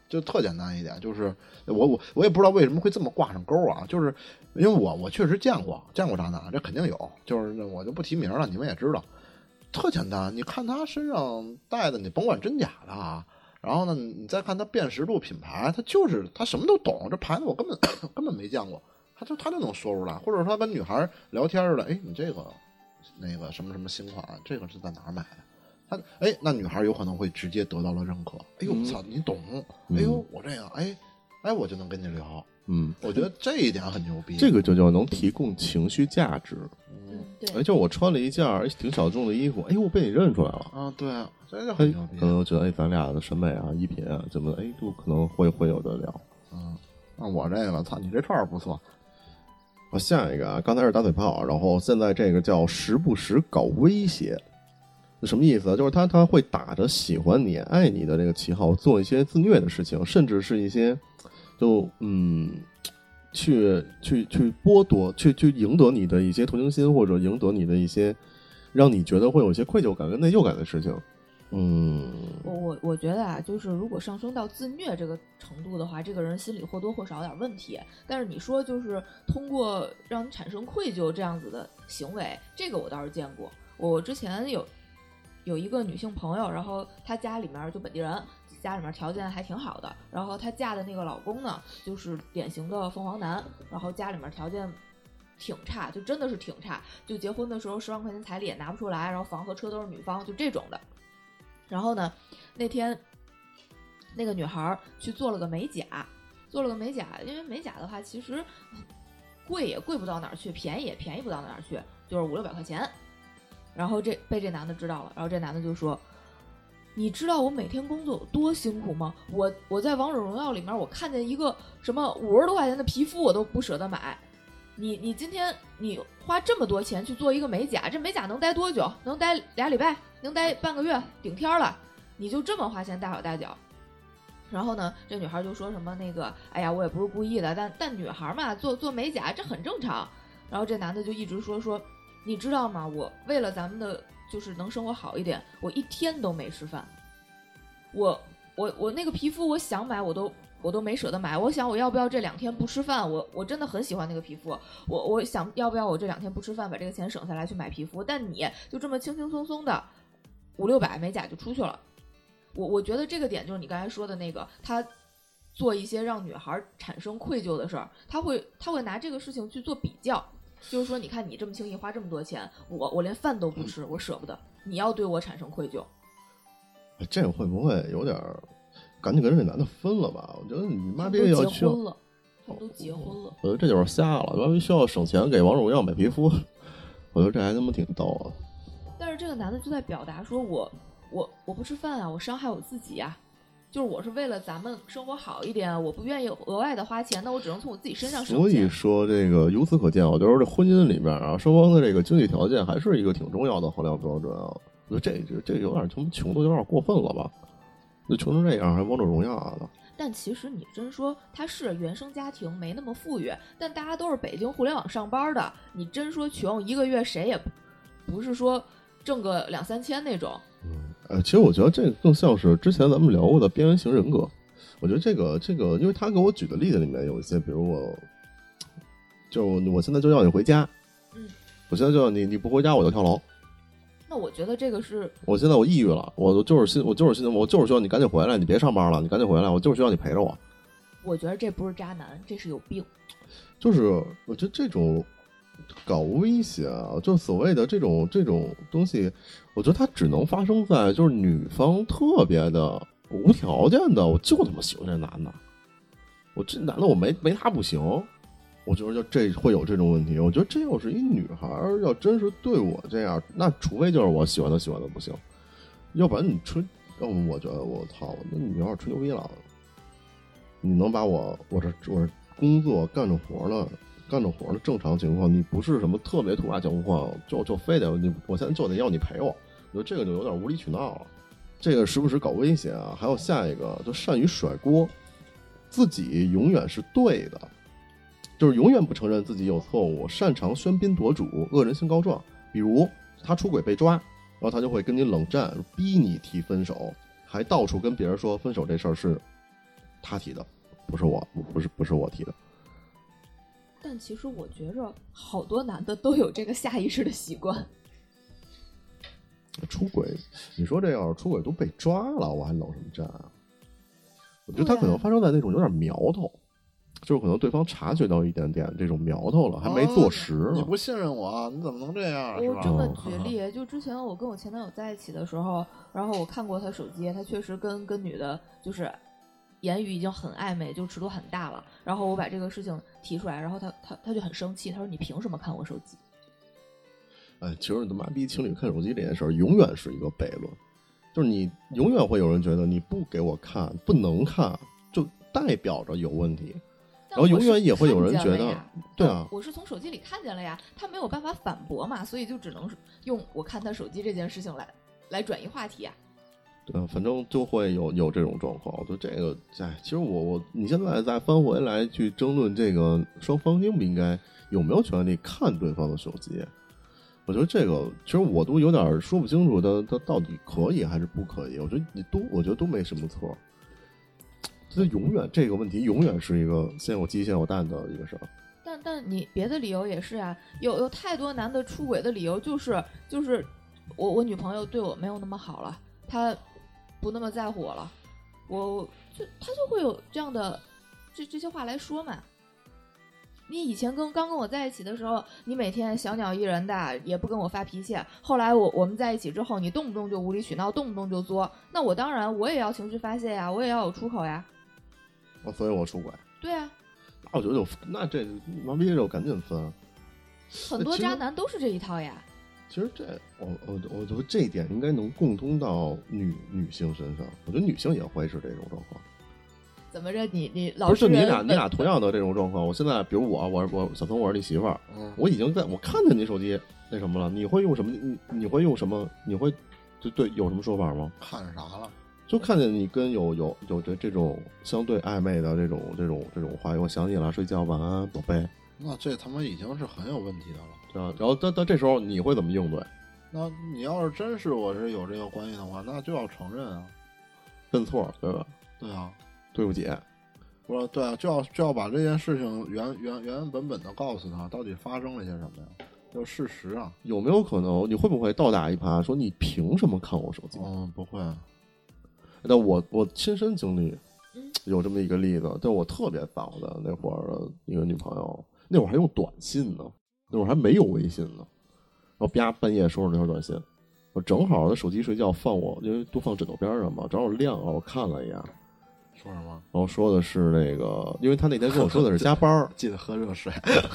就特简单一点，就是我也不知道为什么会这么挂上钩啊，就是因为我确实见过渣男，这肯定有，就是我就不提名了，你们也知道，特简单，你看他身上带的，你甭管真假的啊，然后呢，你再看他辨识度品牌，他什么都懂，这牌子我根本没见过，他就能说出来，或者说他跟女孩聊天似的，哎，你这个那个什么什么新款，这个是在哪儿买的？那女孩有可能会直接得到了认可。哎呦，操，你懂？哎呦，我这样，我就能跟你聊。我觉得这一点很牛逼。 这个就叫能提供情绪价值。 对。 就我穿了一件挺小众的衣服，我被你认出来了。 啊，对啊，这就很牛逼。 可能觉得咱俩的审美啊、衣品啊，怎么就可能会有的聊。 那我这个，操，你这串不错。 我下一个啊，刚才是打嘴炮，然后现在这个叫时不时搞威胁。什么意思？就是他会打着喜欢你、爱你的这个旗号，做一些自虐的事情，甚至是一些去剥夺、去赢得你的一些同情心，或者赢得你的一些让你觉得会有一些愧疚感跟内疚感的事情。 我觉得啊，就是如果上升到自虐这个程度的话，这个人心里或多或少有点问题。但是你说就是通过让你产生愧疚这样子的行为，这个我倒是见过。我之前有一个女性朋友，然后她家里面就本地人，家里面条件还挺好的，然后她嫁的那个老公呢，就是典型的凤凰男，然后家里面条件挺差，就真的是挺差，就结婚的时候10万块钱彩礼也拿不出来，然后房和车都是女方，就这种的。然后呢，那天那个女孩去做了个美甲，因为美甲的话其实贵也贵不到哪儿去，便宜也便宜不到哪儿去，就是500-600块钱。然后被这男的知道了，然后这男的就说：“你知道我每天工作有多辛苦吗？我在王者荣耀里面，我看见一个什么50多块钱的皮肤，我都不舍得买。你今天你花这么多钱去做一个美甲，这美甲能待多久？能待2礼拜，能待半个月，顶天了。你就这么花钱大手大脚。”然后呢，这女孩就说什么那个，哎呀，我也不是故意的，但女孩嘛，做美甲这很正常。然后这男的就一直说。你知道吗？我为了咱们的就是能生活好一点，我1天都没吃饭。我那个皮肤，我想买我都没舍得买。我想我要不要这2天不吃饭？我真的很喜欢那个皮肤。我想要不要我这2天不吃饭，把这个钱省下来去买皮肤？但你就这么轻轻松松的500-600美甲就出去了。我觉得这个点就是你刚才说的那个，他做一些让女孩产生愧疚的事儿，他会拿这个事情去做比较。就是说，你看你这么轻易花这么多钱，我连饭都不吃，我舍不得，你要对我产生愧疚。 这个会不会有点赶紧跟这男的分了吧？我觉得你妈逼要去， 他们都结婚了。 我觉得这就是瞎了，妈逼需要省钱给王者荣耀买皮肤，我觉得这还他妈挺逗啊。 但是这个男的就在表达说我不吃饭啊，我伤害我自己啊。就是我是为了咱们生活好一点，我不愿意额外的花钱，那我只能从我自己身上省钱。 所以说这个由此可见，我觉得这婚姻里面啊，双方的这个经济条件还是一个挺重要的衡量标准啊。我觉得这有点穷的有点过分了吧？那穷成这样还王者荣耀的。 但其实你真说他是原生家庭没那么富裕，但大家都是北京互联网上班的，你真说穷1个月谁也不是说挣个2-3千那种。 其实我觉得这个更像是之前咱们聊过的边缘型人格。我觉得这个，因为他给我举的例子里面有一些，比如我现在就要你回家，我现在就要你不回家我就跳楼。 那我觉得这个是， 我现在我抑郁了，我就是需要你赶紧回来，你别上班了，你赶紧回来，我就是需要你陪着我。 我觉得这不是渣男，这是有病。 就是我觉得这种搞威胁啊，就所谓的这种东西，我觉得它只能发生在就是女方特别的无条件的，我就他妈喜欢这男的，我这男的我没他不行。我觉得就这会有这种问题。我觉得这要是一女孩要真是对我这样，那除非就是我喜欢的不行，要不然你吹，要不我觉得我操，那你有点吹牛逼了。你能把我这工作干着活呢正常情况，你不是什么特别突发情况，就非得我现在就得要你陪我，我觉得这个就有点无理取闹了。这个时不时搞威胁啊，还有下一个就善于甩锅，自己永远是对的，就是永远不承认自己有错误，擅长喧宾夺主，恶人性高壮。比如他出轨被抓，然后他就会跟你冷战，逼你提分手，还到处跟别人说分手这事儿是他提的，不是我提的。 但其实我觉着好多男的都有这个下意识的习惯。 出轨，你说这要是出轨都被抓了，我还冷什么战啊？我觉得他可能发生在那种有点苗头，就是可能对方察觉到一点点这种苗头了，还没坐实呢。 你不信任我，你怎么能这样？ 我这么举例，就之前我跟我前男友在一起的时候，然后我看过他手机，他确实跟女的就是言语已经很暧昧，就尺度很大了。然后我把这个事情提出来，然后他就很生气，他说你凭什么看我手机？ 哎，其实他妈逼情侣看手机这件事儿，永远是一个悖论，就是你永远会有人觉得你不给我看，不能看，就代表着有问题，然后永远也会有人觉得，对啊， 我是从手机里看见了呀，他没有办法反驳嘛，所以就只能用我看他手机这件事情来转移话题啊。 对，反正就会有这种状况。我觉得这个，哎，其实你现在再翻回来去争论这个双方应不应该有没有权利看对方的手机。我觉得这个其实我都有点说不清楚它到底可以还是不可以。我觉得都没什么错。这永远这个问题永远是一个先有鸡先有蛋的一个事儿。 但你别的理由也是啊，有太多男的出轨的理由就是我女朋友对我没有那么好了，她不那么在乎我了，他就会有这样的这些话来说嘛。你以前刚跟我在一起的时候，你每天小鸟依人的，也不跟我发脾气。后来我们在一起之后，你动不动就无理取闹，动不动就作，那我当然我也要情绪发泄呀，我也要有出口呀。 所以我出轨。 对啊。 那我觉得那这妈逼这赶紧分。 很多渣男都是这一套呀。 其实我觉得这一点应该能共通到女性身上。我觉得女性也会是这种状况。 怎么着？你老是不是你俩同样的这种状况？我现在比如我小松，我是你媳妇儿，我已经我看见你手机那什么了，你会用什么？你会用什么？你会就对有什么说法吗？ 看啥了？ 就看见你跟有这种相对暧昧的这种话，我想你了，睡觉晚安，宝贝。 那这他妈已经是很有问题的了。 对啊，然后到这时候你会怎么应对？ 那你要是真是我是有这个关系的话，那就要承认啊， 认错，对吧？ 对啊。 对不起， 我说对啊，就要把这件事情原本的告诉他，到底发生了些什么呀？就事实啊， 有没有可能你会不会倒打一耙，说你凭什么看我手机？ 不会。 但我亲身经历有这么一个例子，就我特别早的那会儿的一个女朋友，那会儿还用短信呢，那会儿还没有微信呢，然后啪半夜收着那条短信，我正好的手机睡觉放我，因为都放枕头边上嘛，正好亮了，我看了一眼。 说什么？ 然后说的是那个，因为他那天跟我说的是加班， 记得喝热水。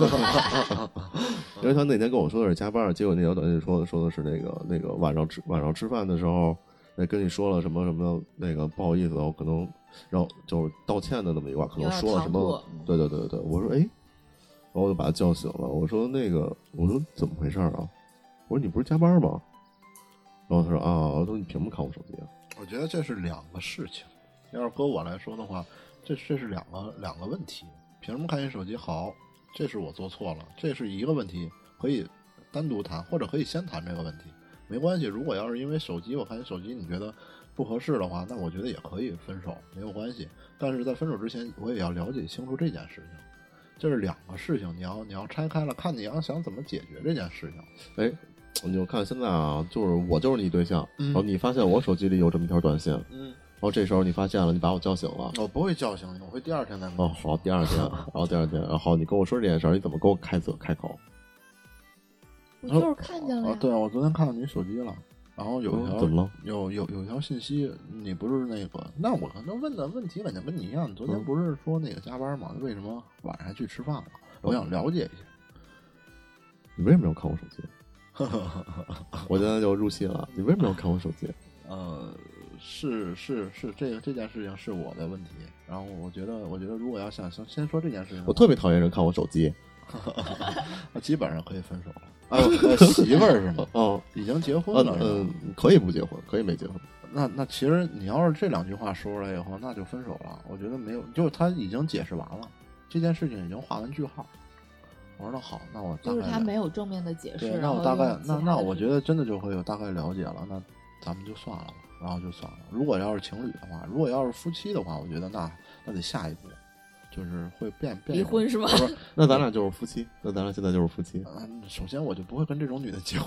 因为他那天跟我说的是加班，结果那条短信说的是那个晚上吃饭的时候，跟你说了什么什么那个不好意思，我可能然后就是道歉的那么一块，可能说了什么？对，我说哎，然后我就把他叫醒了，我说怎么回事啊？我说你不是加班吗？然后他说啊，我说你凭什么看我手机啊？ 我觉得这是两个事情。要是搁我来说的话，这是两个问题。凭什么看你手机？好，这是我做错了，这是一个问题，可以单独谈，或者可以先谈这个问题，没关系。如果要是因为手机，我看你手机你觉得不合适的话，那我觉得也可以分手，没有关系。但是在分手之前，我也要了解清楚这件事情，这是两个事情，你要拆开了看，你要想怎么解决这件事情。 哎，你就看现在啊，我就是你对象，然后你发现我手机里有这么一条短信，然后这时候你发现了，你把我叫醒了。 我不会叫醒你，我会第二天再跟你。 好，第二天，然后你跟我说这件事儿，你怎么跟我开口？ 我就是看见了呀。 对啊，我昨天看到你手机了，然后有一条怎么了？ 有一条信息，你不是那个？那我可能问的问题肯定跟你一样。你昨天不是说那个加班吗？为什么晚上还去吃饭了？我想了解一下。 你为什么要看我手机？我现在就入戏了。你为什么要看我手机？ 是这件事情是我的问题，然后我觉得如果要想先说这件事情， 我特别讨厌人看我手机， 基本上可以分手了。媳妇儿是吗？已经结婚了。 可以不结婚，可以没结婚。 那其实你要是这两句话说出来以后，那就分手了。我觉得没有，就是他已经解释完了，这件事情已经画完句号。我说那好，那我大概就是他没有正面的解释， 那我大概那我觉得真的就会有大概了解了，那咱们就算了吧。 然后就算了。如果要是情侣的话，如果要是夫妻的话，我觉得那得下一步。就是会变离婚是吧？ 那咱俩就是夫妻，那咱俩现在就是夫妻。 首先我就不会跟这种女的结婚，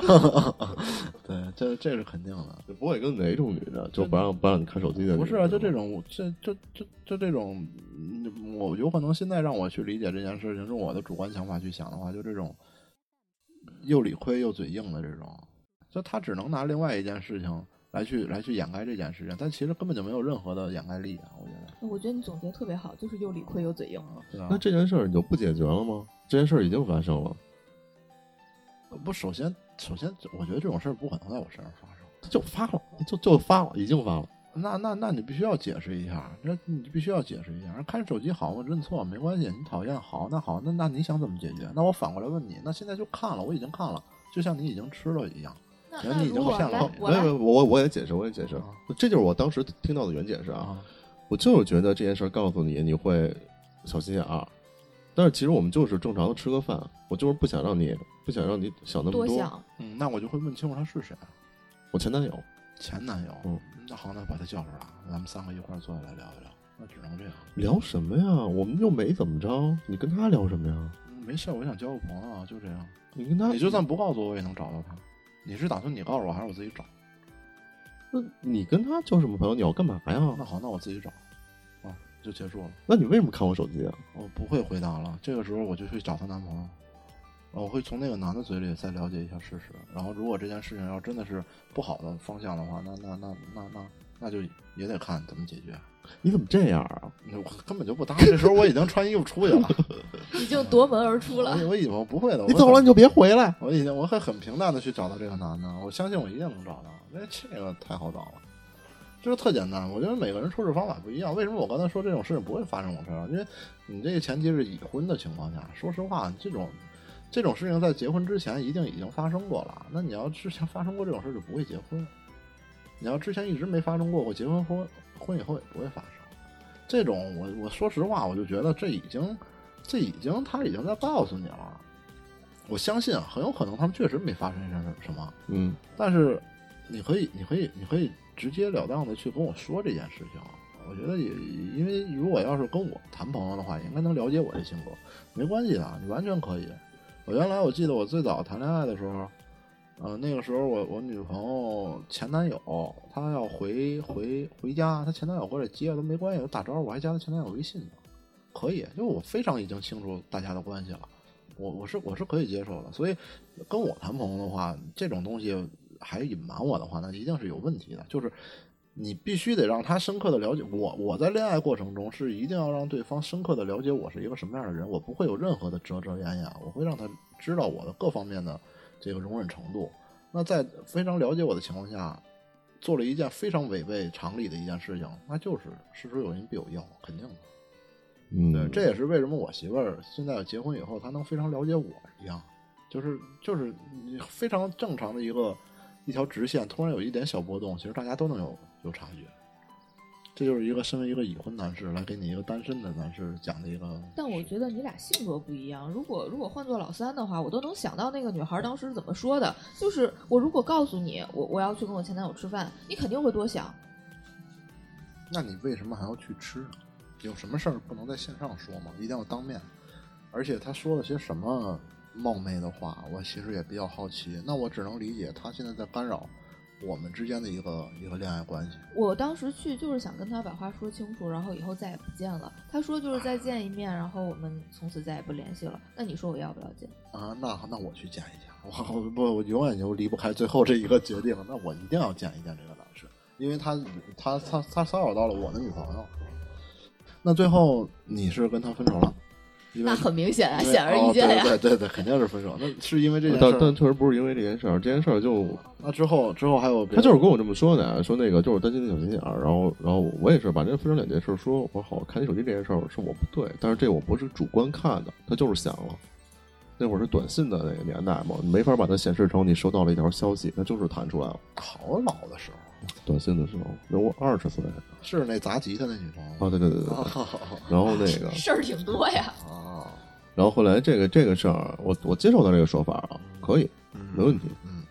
对，这是肯定的， 就不会跟哪种女的就不让你看手机的。 不是啊，就这种，这种，我有可能现在让我去理解这件事情，用我的主观想法去想的话，就这种又理亏又嘴硬的这种，就他只能拿另外一件事情。来去掩盖这件事情，但其实根本就没有任何的掩盖力啊！ 我觉得你总结特别好，就是又理亏又嘴硬了。 那这件事儿你就不解决了吗？这件事儿已经发生了。 不，首先，我觉得这种事儿不可能在我身上发生， 就发了，就发了，已经发了。 那你必须要解释一下，你必须要解释一下。看手机好，我认错没关系，你讨厌好，那好，那你想怎么解决？那我反过来问你，那现在就看了，我已经看了，就像你已经吃了一样。你已经骗了， 没有，我也解释，这就是我当时听到的原解释啊。我就是觉得这件事告诉你，你会小心眼儿，但是其实我们就是正常的吃个饭，我就是不想让你想那么多。 那我就会问清楚他是谁。 我前男友。 那好，那把他叫出来，咱们3个一块坐下来聊一聊。那只能这样。 聊什么呀？我们又没怎么着，你跟他聊什么呀？ 没事，我想交个朋友啊，就这样。 你就算不告诉我也能找到他。你是打算你告诉我，还是我自己找？ 那你跟他交什么朋友？你要干嘛呀？ 那好，那我自己找，就结束了。 那你为什么看我手机啊？ 我不会回答了。这个时候我就去找她男朋友，我会从那个男的嘴里再了解一下事实。然后，如果这件事情要真的是不好的方向的话，那就也得看怎么解决。 你怎么这样啊？ 我根本就不搭。这时候我已经穿衣服出去了， 已经夺门而出了。 我不会的。 你走了你就别回来。 我会很平淡的去找到这个男的，我相信我一定能找到。因为这个太好找了，就是特简单。我觉得每个人处事方法不一样。为什么我刚才说这种事情不会发生我身上？因为你这个前提是已婚的情况下，说实话，这种事情在结婚之前已经发生过了。那你要之前发生过这种事就不会结婚。你要之前一直没发生过，我结婚以后也不会发生。这种我说实话，我就觉得他已经在告诉你了。我相信很有可能他们确实没发生什么，但是你可以直截了当的去跟我说这件事情。我觉得也因为如果要是跟我谈朋友的话，也应该能了解我这性格，没关系的，你完全可以。我记得我最早谈恋爱的时候。那个时候我女朋友前男友他要回家，他前男友过来接都没关系，我打招呼我还加他前男友微信呢，可以，就我非常已经清楚大家的关系了，我是可以接受的。所以跟我谈朋友的话，这种东西还隐瞒我的话，那一定是有问题的。就是你必须得让他深刻的了解我在恋爱过程中是一定要让对方深刻的了解我是一个什么样的人，我不会有任何的遮掩，我会让他知道我的各方面的这个容忍程度。那在非常了解我的情况下，做了一件非常违背常理的一件事情，那就是事出有因必有因，肯定的。对，这也是为什么我媳妇儿现在结婚以后，她能非常了解我一样，就是非常正常的一条直线，突然有一点小波动，其实大家都能有察觉。这就是身为一个已婚男士来给你一个单身的男士讲的一个。 但我觉得你俩性格不一样。如果换做老三的话，我都能想到那个女孩当时是怎么说的。就是我如果告诉你我要去跟我前男友吃饭，你肯定会多想。 那你为什么还要去吃？有什么事儿不能在线上说吗？一定要当面。而且他说了些什么冒昧的话，我其实也比较好奇。那我只能理解他现在在干扰我们之间的一个恋爱关系。我当时去就是想跟他把话说清楚，然后以后再也不见了。他说就是再见一面，然后我们从此再也不联系了。那你说我要不要见啊？那我去见一见。我永远就离不开最后这一个决定。那我一定要见一见这个男士，因为他骚扰到了我的女朋友。那最后你是跟他分手了？ 那很明显啊，显而易见呀。 对，肯定是分手。那是因为这件事， 但确实不是因为这件事儿。这件事儿就那之后还有别的， 他就是跟我这么说的，说那个就是担心那小心眼儿。然后我也是把这分成两件事说，我好看你手机这件事儿是我不对，但是这我不是主观看的，他就是想了。那会儿是短信的那个年代嘛，没法把它显示成你收到了一条消息，那就是弹出来了。 好老的时候。 短信的时候，那我20岁， 是那砸吉他那女朋友。 对。然后那个事儿挺多呀。 然后后来这个事儿，我接受到这个说法啊，可以，没问题。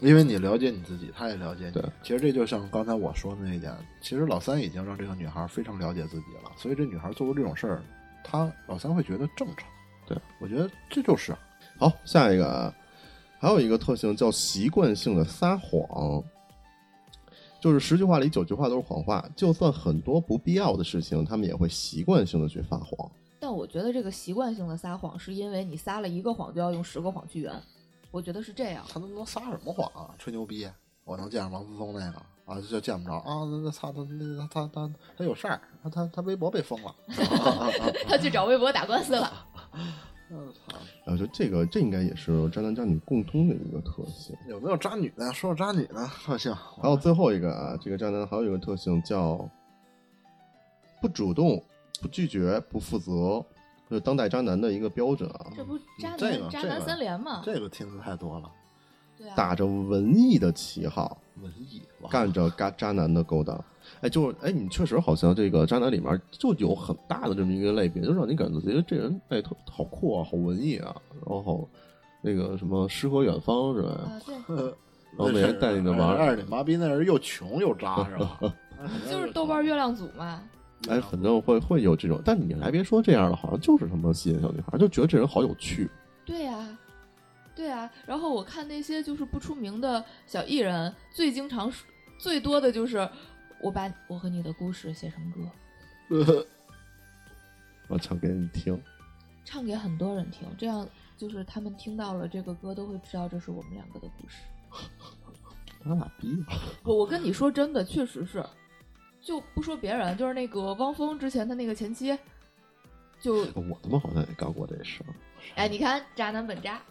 因为你了解你自己，他也了解你。 对， 其实这就像刚才我说的那一点，其实老三已经让这个女孩非常了解自己了，所以这女孩做过这种事儿，老三会觉得正常。 对， 我觉得这就是好。下一个还有一个特性叫习惯性的撒谎，就是10句话里9句话都是谎话，就算很多不必要的事情，他们也会习惯性的去撒谎。 但我觉得这个习惯性的撒谎，是因为你撒了1个谎就要用10个谎去圆，我觉得是这样。 他能撒什么谎啊？吹牛逼，我能见着王思聪那个啊，就见不着啊。他有事儿，他微博被封了， 他去找微博打官司了。 我觉得这应该也是渣男渣女共通的一个特性。 有没有渣女的？说说渣女的特性。 还有最后一个啊，这个渣男还有一个特性叫不主动、不拒绝、不负责，就是当代渣男的一个标准啊。 这不渣男3连吗？ 这个听的太多了。 对啊， 打着文艺的旗号， 文艺干着渣男的勾当。你确实好像这个渣男里面就有很大的这么一个类别，就让你感觉觉得这人好酷啊，好文艺啊，然后好那个什么诗和远方是吧？ 对。 然后每人带你的玩， 你妈逼那人又穷又渣是吧？ 就是豆瓣月亮组嘛。 反正会有这种，但你还别说这样的，好像就是什么吸引小女孩，就觉得这人好有趣。 对呀，对呀。然后我看那些就是不出名的小艺人，最多的就是我把我和你的故事写成歌， 我唱给你听， 唱给很多人听，这样就是他们听到了这个歌都会知道这是我们2个的故事。 他俩逼我跟你说真的，确实是，就不说别人，就是那个汪峰之前他那个前妻，就我他妈好像也干过这事。 哎，你看渣男本渣，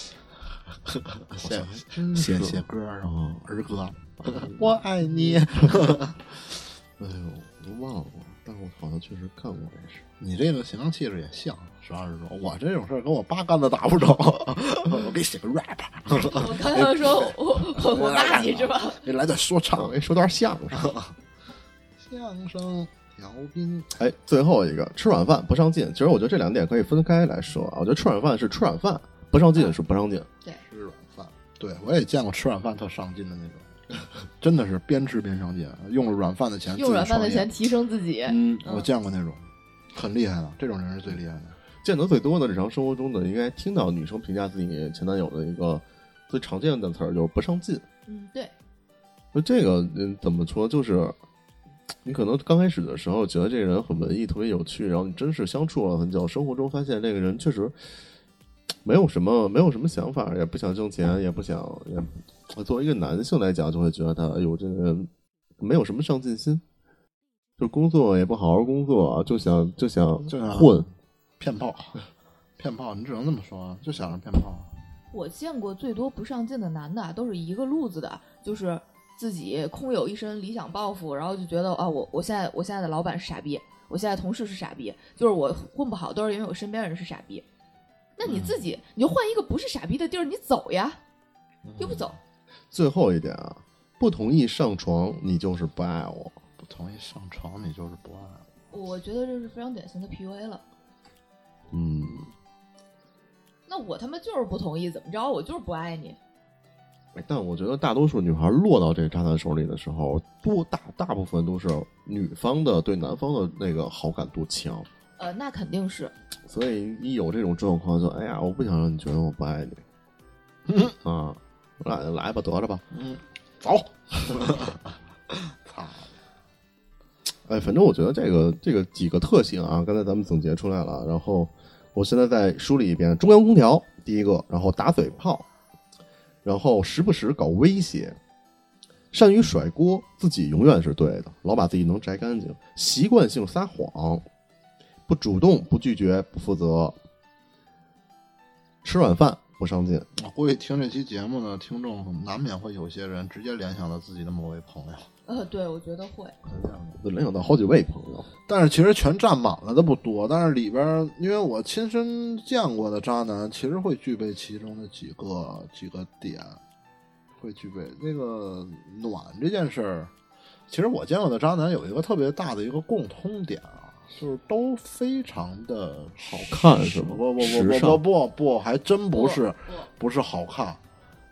写歌啊，儿歌，我爱你。 哎呦，我忘了，但是我好像确实干过这事。 你这个形象气质也像，实话实说，我这种事儿跟我8竿子打不着。我给你写个 rap。 我刚才说我骂你是吧？ 给来段说唱， 说段相声。 相声调频。 最后一个吃软饭不上进，其实我觉得这2点可以分开来说啊。我觉得吃软饭是吃软饭，不上进是不上进。 对， 吃软饭，对我也见过吃软饭特上进的那种，真的是边吃边上进，用了软饭的钱， 用软饭的钱提升自己。 我见过那种很厉害的，这种人是最厉害的。 见得最多的日常生活中的，应该听到女生评价自己前男友的一个最常见的词儿就是不上进。 对。 那这个怎么说？就是你可能刚开始的时候觉得这个人很文艺，特别有趣，然后你真是相处了很久，生活中发现这个人确实没有什么想法，也不想挣钱，也作为一个男性来讲，就会觉得他哎呦这个人没有什么上进心，就工作也不好好工作，就想混骗炮，你只能这么说，就想着骗炮。 我见过最多不上进的男的都是一个路子的，就是自己空有一身理想抱负，然后就觉得啊，我现在的老板是傻逼，我现在同事是傻逼，就是我混不好都是因为我身边人是傻逼。那你自己你就换一个不是傻逼的地儿，你走呀，又不走。 最后一点啊，不同意上床，你就是不爱我； 不同意上床，你就是不爱我。 我觉得这是非常典型的 PUA 了。那我他妈就是不同意，怎么着？我就是不爱你。 但我觉得大多数女孩落到这个渣男手里的时候，大部分都是女方的对男方的那个好感度强。 那肯定是。 所以你有这种状况，就哎呀，我不想让你觉得我不爱你。我俩就来吧，得了吧。 走。 操。反正我觉得这个几个特性啊，刚才咱们总结出来了，然后我现在再梳理一遍：中央空调第一个，然后打嘴炮，然后时不时搞威胁，善于甩锅，自己永远是对的，老把自己能摘干净，习惯性撒谎，不主动，不拒绝，不负责，吃软饭，不上进。 我估计听这期节目的听众难免会有些人直接联想到自己的某位朋友。 对，我觉得会联想到好几位朋友， 但是其实全占满了的不多。但是里边，因为我亲身见过的渣男，其实会具备其中的几个点，会具备那个暖这件事儿。其实我见过的渣男有一个特别大的一个共通点啊，就是都非常的好看，是吗？ 不，还真不是好看。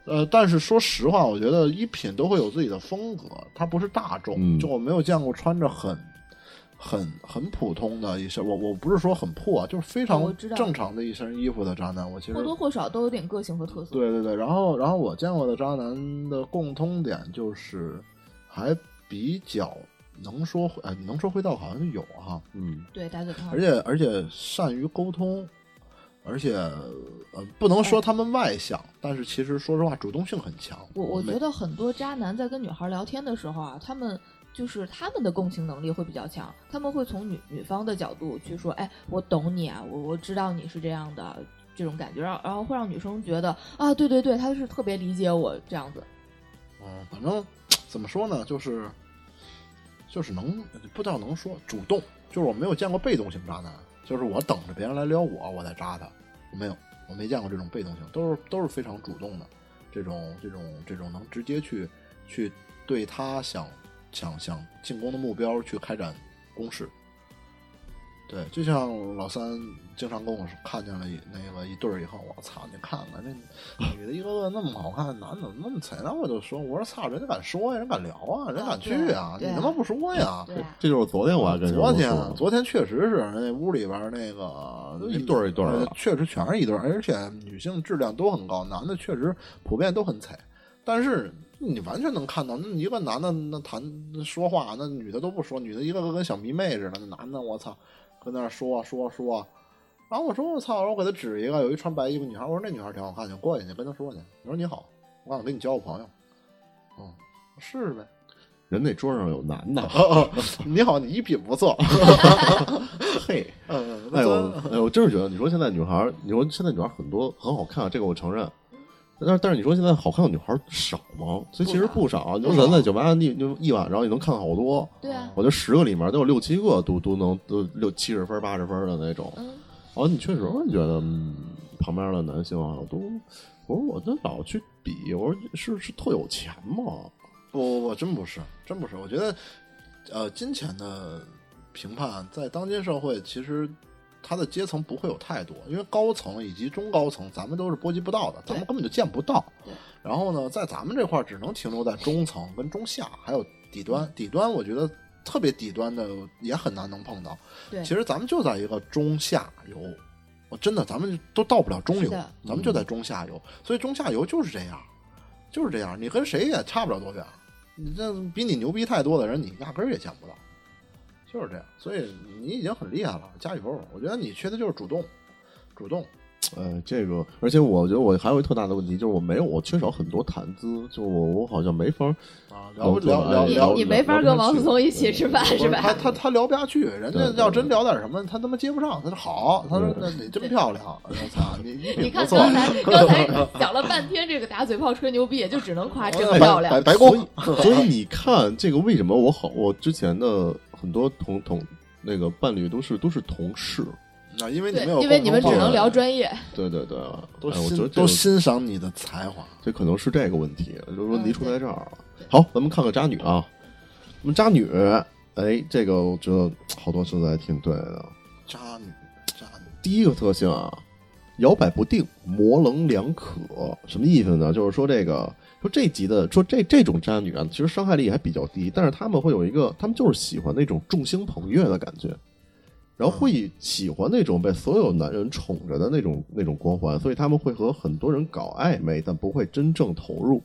但是说实话，我觉得衣品都会有自己的风格，它不是大众。就我没有见过穿着很普通的一身，我不是说很破，就是非常正常的一身衣服的渣男。我其实或多或少都有点个性和特色。 对对对，然后我见过的渣男的共通点就是还比较能说会道，好像就有哈。 对，打嘴炮。 而且善于沟通。而且不能说他们外向，但是其实说实话主动性很强。 我觉得很多渣男在跟女孩聊天的时候啊，他们的共情能力会比较强，他们会从女方的角度去说，哎，我懂你啊，我知道你是这样的这种感觉，然后会让女生觉得啊，对对对，他是特别理解我这样子。 反正怎么说呢，就是能不知道能说主动，就是我没有见过被动型渣男。就是我等着别人来撩我再扎他，我没见过这种被动性，都是非常主动的，这种能直接去对他想进攻的目标去开展攻势。对，就像老三经常跟我说，看见了一对儿以后，我操，你看看这女的一个个那么好看，男的那么惨，那我就说，我说操，人家敢说呀，人敢聊啊，人敢去啊，你他妈不说呀？ 这就是昨天我还跟昨天确实是那屋里边那个一对儿一对儿的， 确实全是一对儿，而且女性质量都很高，男的确实普遍都很惨，但是你完全能看到，那一个男的那说话，那女的都不说，女的一个个跟小迷妹似的，那男的我操。跟那说，然后我说我操，我给他指一个，有一穿白衣服女孩，我说那女孩挺好看，你过去你跟她说去，我说你好，我想跟你交个朋友，试试呗。 人那桌上有男的， 你好，你衣品不错， 嘿，哎我真是觉得，你说现在女孩很多很好看，这个我承认。但是你说现在好看的女孩少吗？所以其实不少。你说咱在酒吧一晚上你能看好多， 对啊， 我觉得10个里面都有6、7个都能70分80分的那种。你确实会觉得，旁边的男性啊都，我都老去比，我说是特有钱吗？ 不，真不是。我觉得，金钱的评判在当今社会其实。它的阶层不会有太多，因为高层以及中高层咱们都是波及不到的，咱们根本就见不到。然后呢，在咱们这块只能停留在中层跟中下，还有底端。底端我觉得特别底端的也很难能碰到。 对， 其实咱们就在一个中下游，真的咱们都到不了中游，咱们就在中下游。所以中下游就是这样，你跟谁也差不了多远。你这比你牛逼太多的人，你压根儿也见不到。就是这样，所以你已经很厉害了，加油！我觉得你缺的就是主动。 这个，而且我觉得我还有一特大的问题，就是我缺少很多谈资，就我好像没法聊， 你没法跟王思聪一起吃饭是吧？ 他聊不下去，人家要真聊点什么，他他妈接不上。他说好，他说那你真漂亮，我操， 你看刚才讲了半天这个打嘴炮吹牛逼，也就只能夸真漂亮。 白宫， 所以你看这个为什么我之前的很多那个伴侣都是同事。 因为你们只能聊专业， 对， 我觉得都欣赏你的才华， 这可能是这个问题，就是问题出在这儿了。好，咱们看看渣女啊，我们渣女，这个我觉得好多说的还挺对的。 渣女， 第一个特性啊，摇摆不定，模棱两可，什么意思呢？就是说这集的这种渣女啊，其实伤害力还比较低，但是他们会有他们就是喜欢那种众星捧月的感觉。然后会喜欢那种被所有男人宠着的那种光环，所以他们会和很多人搞暧昧，但不会真正投入。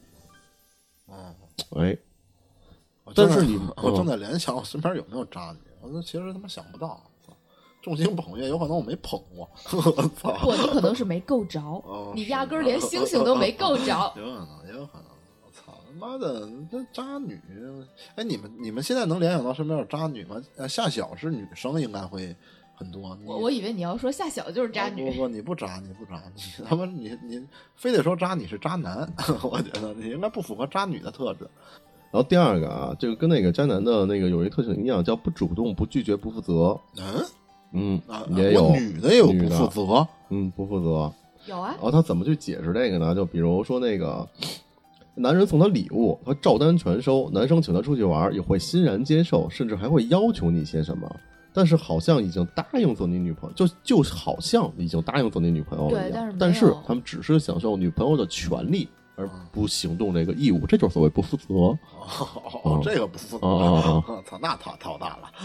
但是我正在联想我身边有没有渣女，我说其实他妈想不到，众星捧月有可能我没捧过，我操！ 不，你可能是没够着，你压根儿连星星都没够着。 也有可能。妈的，这渣女！你们现在能联想到身边有渣女吗？夏小是女生，应该会很多。 我以为你要说夏小就是渣女。 不，你不渣，你他妈你非得说渣，你是渣男，我觉得你应该不符合渣女的特质。 然后第二个啊，这个跟那个渣男的那个有一特性一样，叫不主动、不拒绝、不负责。也有女的也有不负责， 不负责有啊。 然后他怎么去解释这个呢？就比如说那个。男人送他礼物，他照单全收；男生请他出去玩，也会欣然接受，甚至还会要求你些什么。但是好像已经答应做你女朋友，就好像已经答应做你女朋友了一样。但是他们只是享受女朋友的权利， 而不行动这个义务，这就是所谓不负责。 这个不负责，操，那操大了，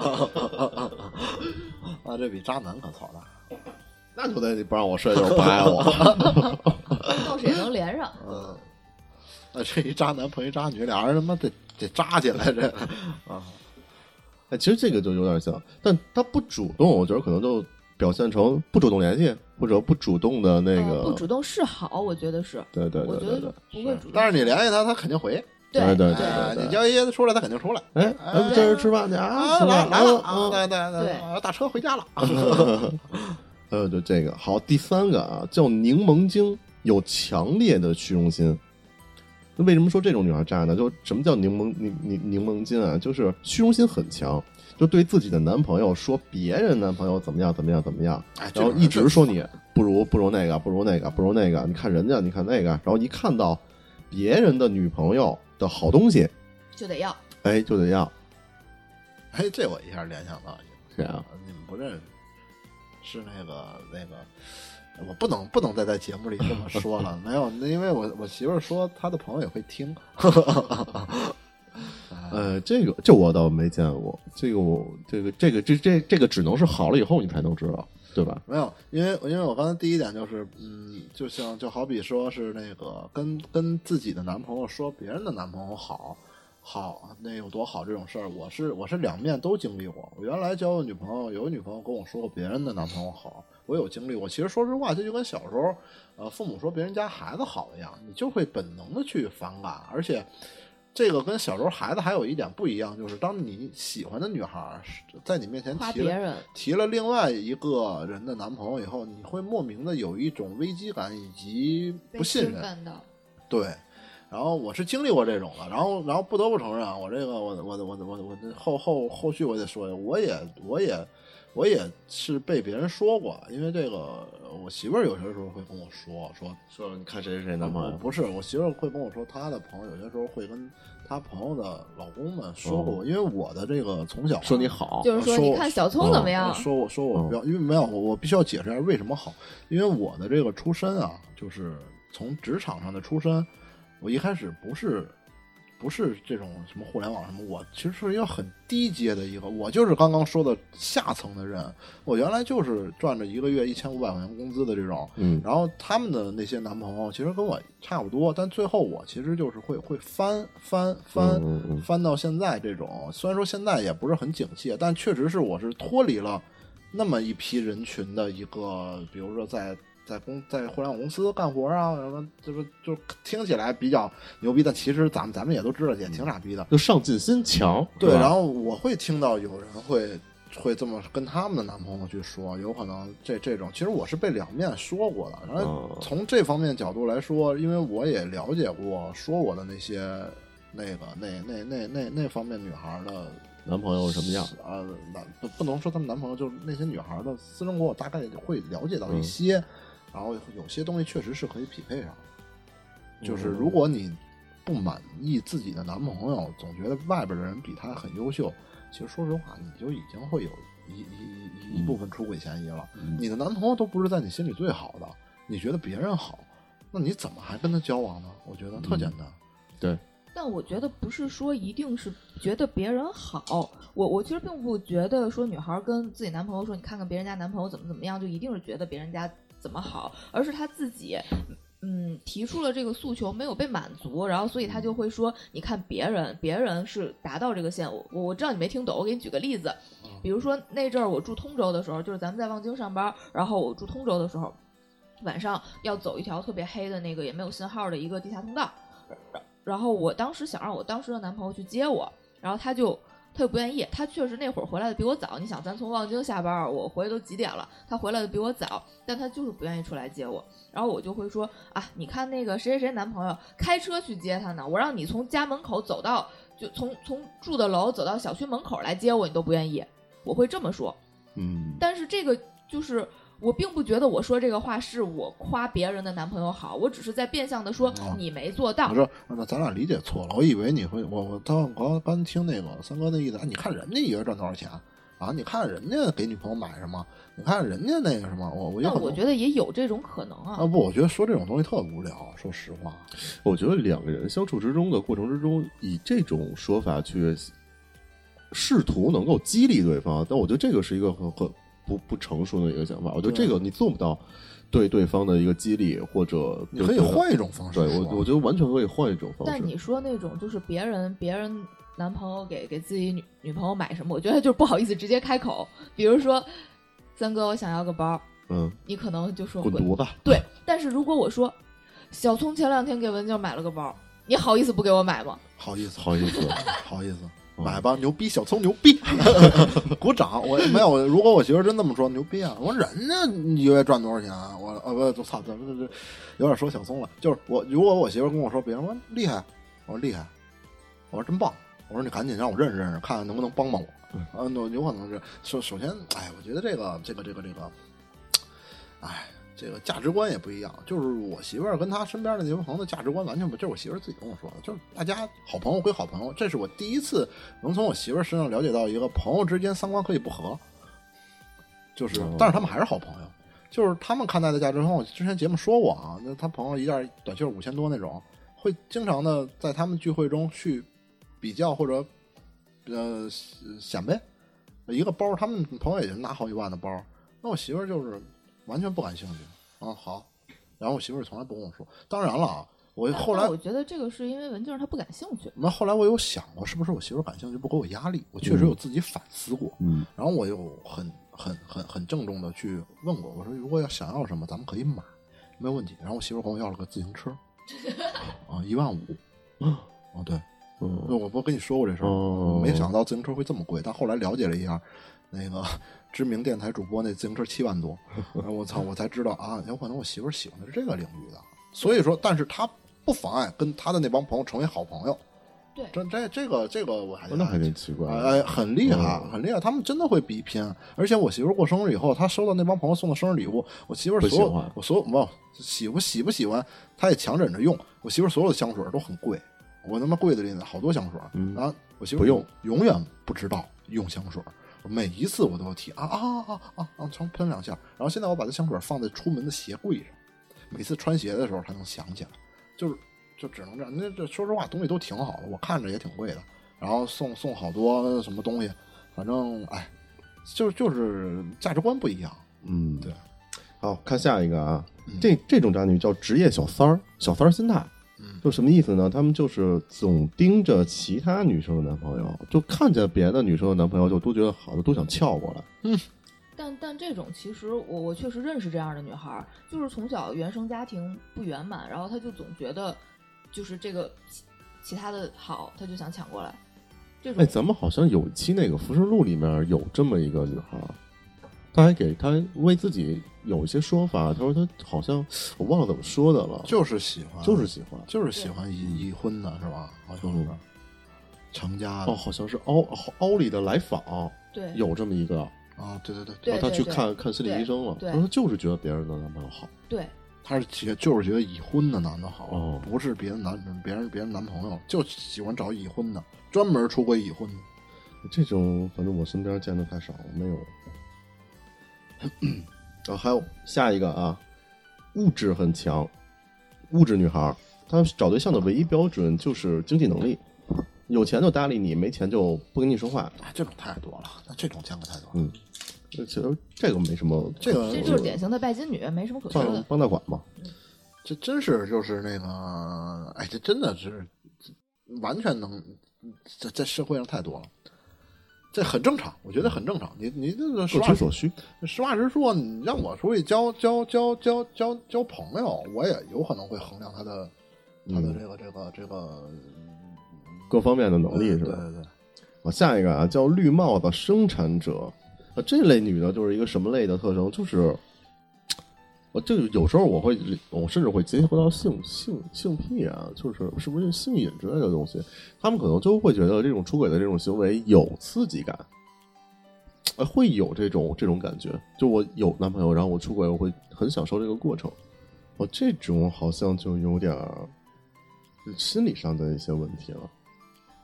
啊，这比渣男可操大， 那就得你不让我睡就是不爱我， 倒是也能连上。 那这一渣男碰一渣女，俩人他妈得扎起来这啊！ 哎，其实这个就有点像，但他不主动，我觉得可能就表现成不主动联系，或者不主动的那个， 不主动示好，我觉得是。 对， 我觉得不会主动。 但是你联系他，他肯定回。 对， 你叫爷爷出来，他肯定出来。 哎，咱们今儿吃饭去啊？ 来了，对，打车回家了。 就这个好，第3个啊，叫柠檬精，有强烈的虚荣心。那为什么说这种女孩渣呢？就什么叫柠檬精啊？就是虚荣心很强，就对自己的男朋友说别人男朋友怎么样，然后一直说你不如那个，不如那个，你看人家，你看那个，然后一看到别人的女朋友的好东西就得要， 哎，就得要。 哎，这我一下联想到谁啊？ 你们不认识？是那个，我不能再在节目里这么说了。没有，因为我媳妇儿说她的朋友也会听。 这我倒没见过。这个只能是好了以后你才能知道，对吧？ 没有，因为我刚才第一点就是，就好比说是那个跟自己的男朋友说别人的男朋友好，那有多好这种事儿，我是两面都经历过。我原来交个女朋友，有个女朋友跟我说过别人的男朋友好，我有经历过。其实说实话，这就跟小时候，父母说别人家孩子好一样，你就会本能的去反感。而且这个跟小时候孩子还有一点不一样，就是当你喜欢的女孩在你面前提了另外一个人的男朋友以后，你会莫名的有一种危机感以及不信任。对。然后我是经历过这种的，然后不得不承认啊，我这个我后续我得说，我也是被别人说过，因为这个我媳妇儿有些时候会跟我说你看谁男朋友， 不是我媳妇儿会跟我说她的朋友有些时候会跟她朋友的老公们说过我，因为我的这个从小说你好， 就是说你看小聪怎么样， 说我不要，因为没有我必须要解释一下为什么好，因为我的这个出身啊，就是从职场上的出身。我一开始不是这种什么互联网什么，我其实是一个很低阶的我就是刚刚说的下层的人。我原来就是赚着一个月1500块钱工资的这种，然后他们的那些男朋友其实跟我差不多，但最后我其实就是会翻到现在这种，虽然说现在也不是很景气，但确实是我是脱离了那么一批人群的一个，比如说在互联网公司干活啊，什么就听起来比较牛逼，但其实咱们也都知道也挺傻逼的， 就上进心强。 对，然后我会听到有人会这么跟他们的男朋友去说，有可能这种，其实我是被两面说过的。然后从这方面角度来说，因为我也了解过说我的那些那方面女孩的男朋友什么样啊？不能说他们男朋友，就是那些女孩的私生活，我大概会了解到一些。然后有些东西确实是可以匹配上，就是如果你不满意自己的男朋友，总觉得外边的人比他很优秀，其实说实话，你就已经会有一部分出轨嫌疑了。你的男朋友都不是在你心里最好的，你觉得别人好，那你怎么还跟他交往呢？我觉得特简单。 对。 但我觉得不是说一定是觉得别人好，我其实并不觉得说女孩跟自己男朋友说你看看别人家男朋友怎么样，就一定是觉得别人家怎么好，而是她自己提出了这个诉求没有被满足，然后所以她就会说你看别人是达到这个线，我知道你没听懂，我给你举个例子，比如说那阵儿我住通州的时候，就是咱们在望京上班，然后我住通州的时候，晚上要走一条特别黑的那个也没有信号的一个地下通道，然后我当时想让我当时的男朋友去接我，然后他就不愿意，他确实那会儿回来的比我早，你想咱从望京下班，我回来都几点了，他回来的比我早，但他就是不愿意出来接我，然后我就会说啊，你看那个谁谁谁男朋友开车去接他呢，我让你从家门口走到就从住的楼走到小区门口来接我，你都不愿意，我会这么说。但是这个就是我并不觉得我说这个话是我夸别人的男朋友好，我只是在变相的说你没做到。 我说那咱俩理解错了，我以为你会我刚听那个三哥那意思，你看人家一个月赚多少钱， 啊，你看人家给女朋友买什么，你看人家那个什么，我觉得也有这种可能啊。 不，我觉得说这种东西特无聊。说实话， 我觉得两个人相处之中的过程之中，以这种说法去试图能够激励对方，但我觉得这个是一个很不成熟的一个想法。我觉得这个你做不到对对方的一个激励，或者你可以换一种方式。 对，我觉得完全可以换一种方式。 但你说那种就是别人男朋友给自己女朋友买什么，我觉得就是不好意思直接开口。比如说，三哥，我想要个包，你可能就说滚犊子。 对，但是如果我说小聪前2天给文静买了个包，你好意思不给我买吗？ 好意思， 好意思， 好意思。买吧，牛逼，小聪牛逼，鼓掌！我没有，如果我媳妇真这么说，牛逼啊！我说人家一个月赚多少钱啊？我操，这有点说小聪了。就是如果我媳妇跟我说，别人说厉害，我说厉害，我说真棒，我说你赶紧让我认识认识，看看能不能帮帮我。有可能是首先，哎，我觉得这个，哎。这个价值观也不一样，就是我媳妇儿跟她身边的那些朋友的价值观完全不，这是我媳妇儿自己跟我说的，就是大家好朋友归好朋友，这是我第一次能从我媳妇儿身上了解到一个朋友之间三观可以不合，就是但是他们还是好朋友，就是他们看待的价值观，我之前节目说过啊，那他朋友一件短袖5000多那种，会经常的在他们聚会中去比较或者显摆一个包，他们朋友也就拿好几万的包，那我媳妇儿就是完全不感兴趣啊，好，然后我媳妇儿从来不跟我说。当然了啊，我后来我觉得这个是因为文静她不感兴趣。 那后来我有想过，是不是我媳妇儿感兴趣不给我压力？我确实有自己反思过。然后我又很郑重的去问过，我说如果要想要什么，咱们可以买，没有问题。然后我媳妇儿跟我要了个自行车，啊，15000。哦，对，我不跟你说过这事儿，没想到自行车会这么贵，但后来了解了一下，那个。知名电台主播那自行车7万多，我操！我才知道啊，有可能我媳妇儿喜欢的是这个领域的，所以说，但是他不妨碍跟他的那帮朋友成为好朋友。 对， 这个我还那还挺奇怪， 哎，很厉害，很厉害，他们真的会比拼。而且我媳妇儿过生日以后，她收到那帮朋友送的生日礼物，我媳妇儿喜不喜欢，她也强忍着用。我媳妇儿所有的香水都很贵，我他妈柜子里好多香水，啊，我媳妇儿不用， 永远不知道用香水。每一次我都要提常喷2下，然后现在我把这香水放在出门的鞋柜上，每次穿鞋的时候才能想起来，就只能这样。那这说实话，东西都挺好的，我看着也挺贵的，然后送好多什么东西，反正哎，就是价值观不一样。对。 好看下一个啊，这种渣女叫职业小三儿心态。就什么意思呢？他们就是总盯着其他女生的男朋友，就看见别的女生的男朋友就都觉得好的，都想撬过来。 但这种其实我确实认识这样的女孩，就是从小原生家庭不圆满，然后她就总觉得就是这个其他的好，她就想抢过来。这种咱们好像有一期那个《浮生录》里面有这么一个女孩，她为自己有一些说法，她说她好像我忘了怎么说的了， 就是喜欢已婚的是吧？好像是成家的。 好像是奥利的来访， 对， 有这么一个啊，对， 然后她去看心理医生了，她说就是觉得别人的男朋友好， 对， 她就是觉得已婚的男的好，不是别人男朋友，就喜欢找已婚的，专门出轨已婚的。 这种反正我身边见的太少了，没有。还有下一个啊，物质很强，物质女孩，她找对象的唯一标准就是经济能力，有钱就搭理你，没钱就不跟你说话。 这种太多了，这种见过太多了。 其实这个没什么， 这就是典型的拜金女，没什么可说的。 帮大管嘛， 这真是就是那个，哎，这真的是完全能在社会上太多了。这很正常，我觉得很正常。你这个各取所需， 实话实说，你让我出去交朋友，我也有可能会衡量他的这个各方面的能力，是吧？对。下一个啊，叫绿帽子生产者。这类女的就是一个什么类的特征？就是就有时候我甚至会结合到性癖啊，就是是不是性瘾之类的东西，他们可能就会觉得这种出轨的这种行为有刺激感，会有这种感觉。就我有男朋友，然后我出轨，我会很享受这个过程。这种好像就有点心理上的一些问题了。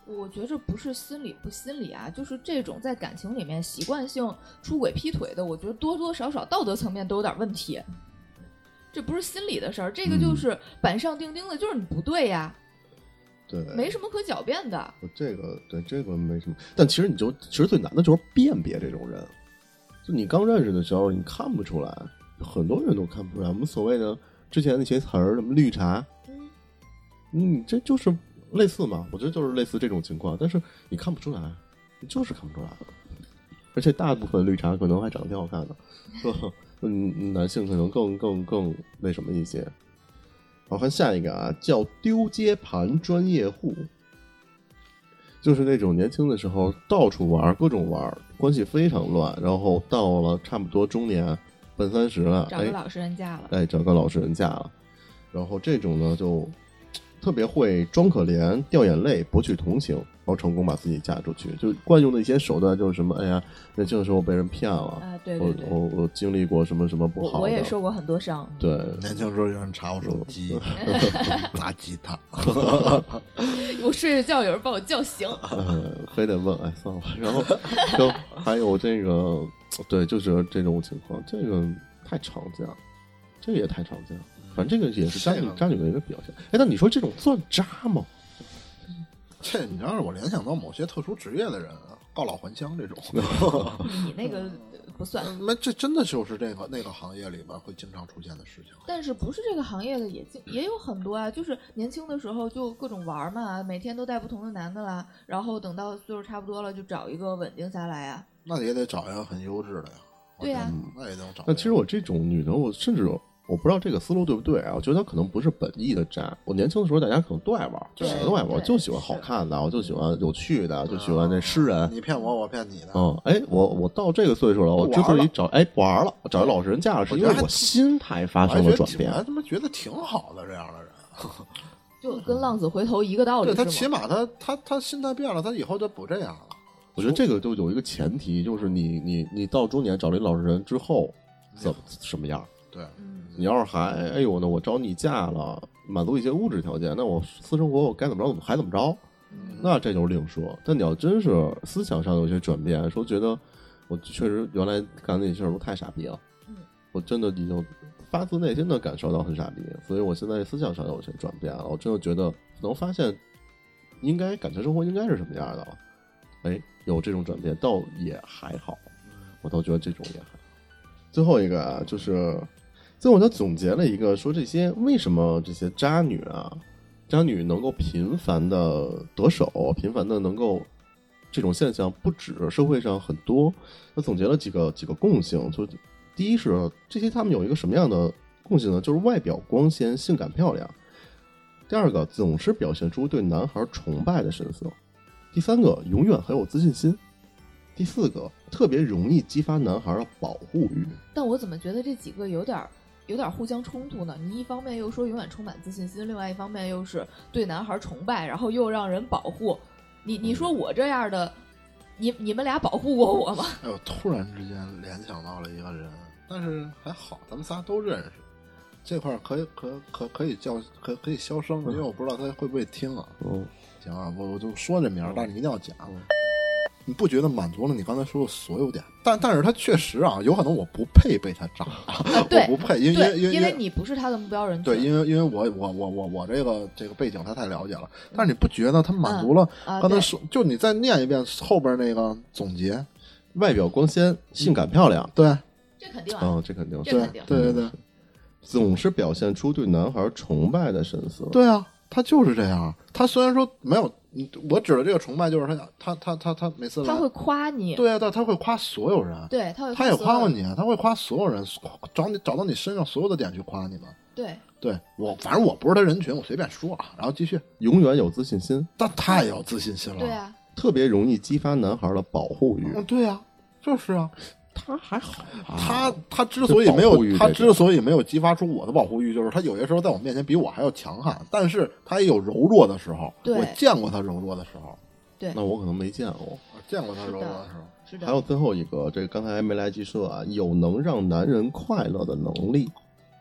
我觉着不是心理不心理啊，就是这种在感情里面习惯性出轨劈腿的，我觉得多多少少道德层面都有点问题。这不是心理的事儿，这个就是板上钉钉的，就是你不对呀。 对， 没什么可狡辩的。 这个没什么，但其实最难的就是辨别这种人。就你刚认识的时候，你看不出来，很多人都看不出来。我们所谓的之前那些词儿，什么绿茶，这就是类似嘛。我觉得就是类似这种情况，但是你看不出来，你就是看不出来。而且大部分绿茶可能还长得挺好看的，男性可能更那什么一些。好，看下一个啊，叫丢接盘专业户，就是那种年轻的时候到处玩，各种玩，关系非常乱，然后到了差不多中年奔30了， 找个老实人嫁了， 找个老实人嫁了，然后这种呢就特别会装可怜、掉眼泪、博取同情，然后成功把自己嫁出去。就惯用的一些手段就是什么，哎呀，年轻的时候被人骗了， 对， 我经历过什么什么不好的， 我也受过很多伤。 对， 年轻时候有人查我手机，砸吉他， 我睡着觉有人把我叫醒， 非得问，哎，算了。然后就还有这个，对，就是这种情况，这个太常见了，这个也太常见了。反正这个也是渣女的一个表现。哎，那你说这种算渣吗？ 这你让我联想到某些特殊职业的人，告老还乡这种。 你那个不算。 这真的就是那个行业里边会经常出现的事情。 但是不是这个行业的也有很多啊，就是年轻的时候就各种玩嘛，每天都带不同的男的啦，然后等到岁数差不多了就找一个稳定下来呀。 那也得找一个很优质的呀。 对呀， 那也能找。 那其实我这种女的，我甚至我不知道这个思路对不对啊？我觉得她可能不是本意的渣。我年轻的时候，大家可能都爱玩，就谁都爱玩，就喜欢好看的，我就喜欢有趣的，就喜欢那诗人。 你骗我，我骗你的。 我到这个岁数了，我之所以不玩了，找一老实人嫁了，是因为我心态发生了转变。 我还他妈觉得挺好的，这样的人， 就跟浪子回头一个道理。 对，他起码他心态变了，他以后就不这样了。 我觉得这个就有一个前提，就是你到中年找了一老实人之后，什么样？ 对。 你要是还那我找你嫁了，满足一些物质条件，那我私生活我该怎么着还怎么着，那这就是另说。但你要真是思想上有些转变，说觉得我确实原来干那些事儿都太傻逼了，我真的已经发自内心的感受到很傻逼，所以我现在思想上有些转变了。我真的觉得能发现应该感情生活应该是什么样的了，有这种转变倒也还好，我倒觉得这种也还好。最后一个啊，就是最后他总结了一个说，这些为什么这些渣女能够频繁的得手，频繁的能够这种现象不止社会上很多，他总结了几个共性。就第一是这些他们有一个什么样的共性呢？就是外表光鲜、性感漂亮。第二个，总是表现出对男孩崇拜的神色。第三个，永远很有自信心。第四个，特别容易激发男孩的保护欲。 但我怎么觉得这几个有点互相冲突呢？你一方面又说永远充满自信心，另外一方面又是对男孩崇拜，然后又让人保护。你说我这样的，你们俩保护过我吗？ 我突然之间联想到了一个人，但是还好咱们仨都认识，这块可以消声，因为我不知道他会不会听啊。行啊，我就说这名儿，但是你一定要讲。你不觉得满足了你刚才说的所有点？但是他确实啊，有可能我不配被他渣，我不配，因为你不是他的目标人群。 对，因为我这个背景他太了解了。但是你不觉得他满足了？刚才说，就你再念一遍后边那个总结： 外表光鲜，性感漂亮。 对， 这肯定啊， 这肯定， 对， 总是表现出对男孩崇拜的神色。 对啊，他就是这样。他虽然说没有。我指的这个崇拜就是他每次来他会夸你， 对啊，他会夸所有人， 对， 他也夸过你，他会夸所有人，找到你身上所有的点去夸你们。对，反正我不是他人群，我随便说啊。然后继续， 永远有自信心， 他太有自信心了， 对啊， 特别容易激发男孩的保护欲。 对啊，就是啊。 他还好， 他之所以没有激发出我的保护欲，就是他有些时候在我面前比我还要强悍，但是他也有柔弱的时候。我见过他柔弱的时候。 对， 那我可能没见过。 我见过他柔弱的时候。 是的。 还有最后一个，这个刚才没来及说啊，有能让男人快乐的能力。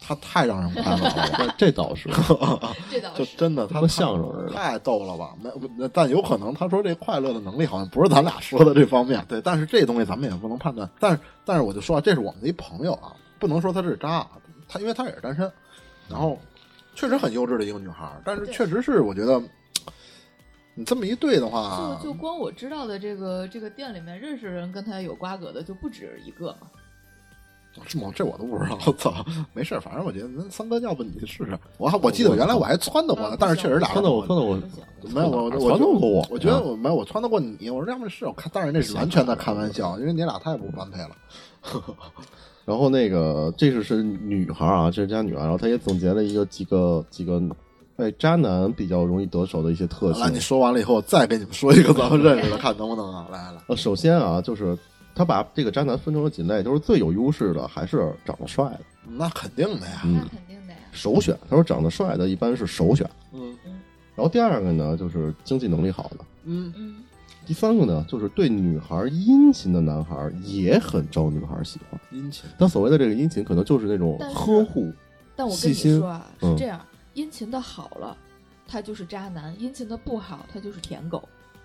他太让人快乐了， 这倒是， 就真的他相声似的， 太逗了吧？但有可能他说这快乐的能力好像不是咱俩说的这方面，对。但是这东西咱们也不能判断。但是我就说这是我们的一朋友啊，不能说他是渣，他因为他也是单身，然后确实很优质的一个女孩，但是确实是我觉得你这么一对的话， 就光我知道的这个店里面认识人跟他有瓜葛的就不止一个嘛。 是吗？这我都不知道。我操，没事，反正我觉得三哥要不你试试。我记得原来我还撺掇过他，但是确实俩撺掇我没有我撺掇过我。 我觉得我没有我撺掇过你。我说要不试我看，但是那是完全在开玩笑，因为你俩太不般配了。 然后那个这是女孩啊，这是家女孩，然后她也总结了几个渣男比较容易得手的一些特性。 来，你说完了以后，再给你们说一个咱们认识的，看能不能啊？来。 首先啊，就是他把这个渣男分成了几类，就是最有优势的还是长得帅的。 那肯定的呀， 那肯定的呀。 首选，他说长得帅的一般是首选。然后第二个呢，就是经济能力好的。第三个呢，就是对女孩殷勤的男孩也很招女孩喜欢。 殷勤， 但所谓的这个殷勤，可能就是那种呵护、 但我跟你说啊，是这样，殷勤的好了，他就是渣男；殷勤的不好，他就是舔狗。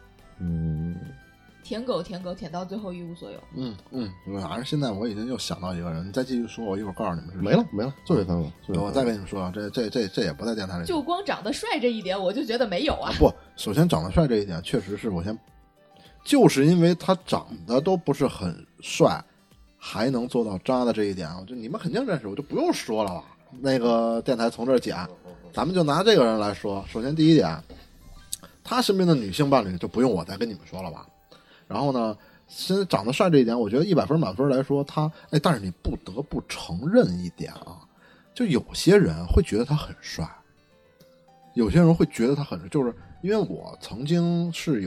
舔狗舔到最后一无所有。 反正现在我已经又想到一个人，你再继续说，我一会儿告诉你们是没了，就这三个。 我再跟你们说啊，这也不在电台里。 就光长得帅这一点，我就觉得没有啊。 不，首先长得帅这一点确实是我先，就是因为他长得都不是很帅，还能做到渣的这一点，我就你们肯定认识，我就不用说了吧。那个电台从这儿剪，咱们就拿这个人来说。首先第一点，他身边的女性伴侣就不用我再跟你们说了吧。然后呢，现在长得帅这一点，我觉得100分满分来说，他但是你不得不承认一点啊，就有些人会觉得他很帅，有些人会觉得他很，就是因为我曾经是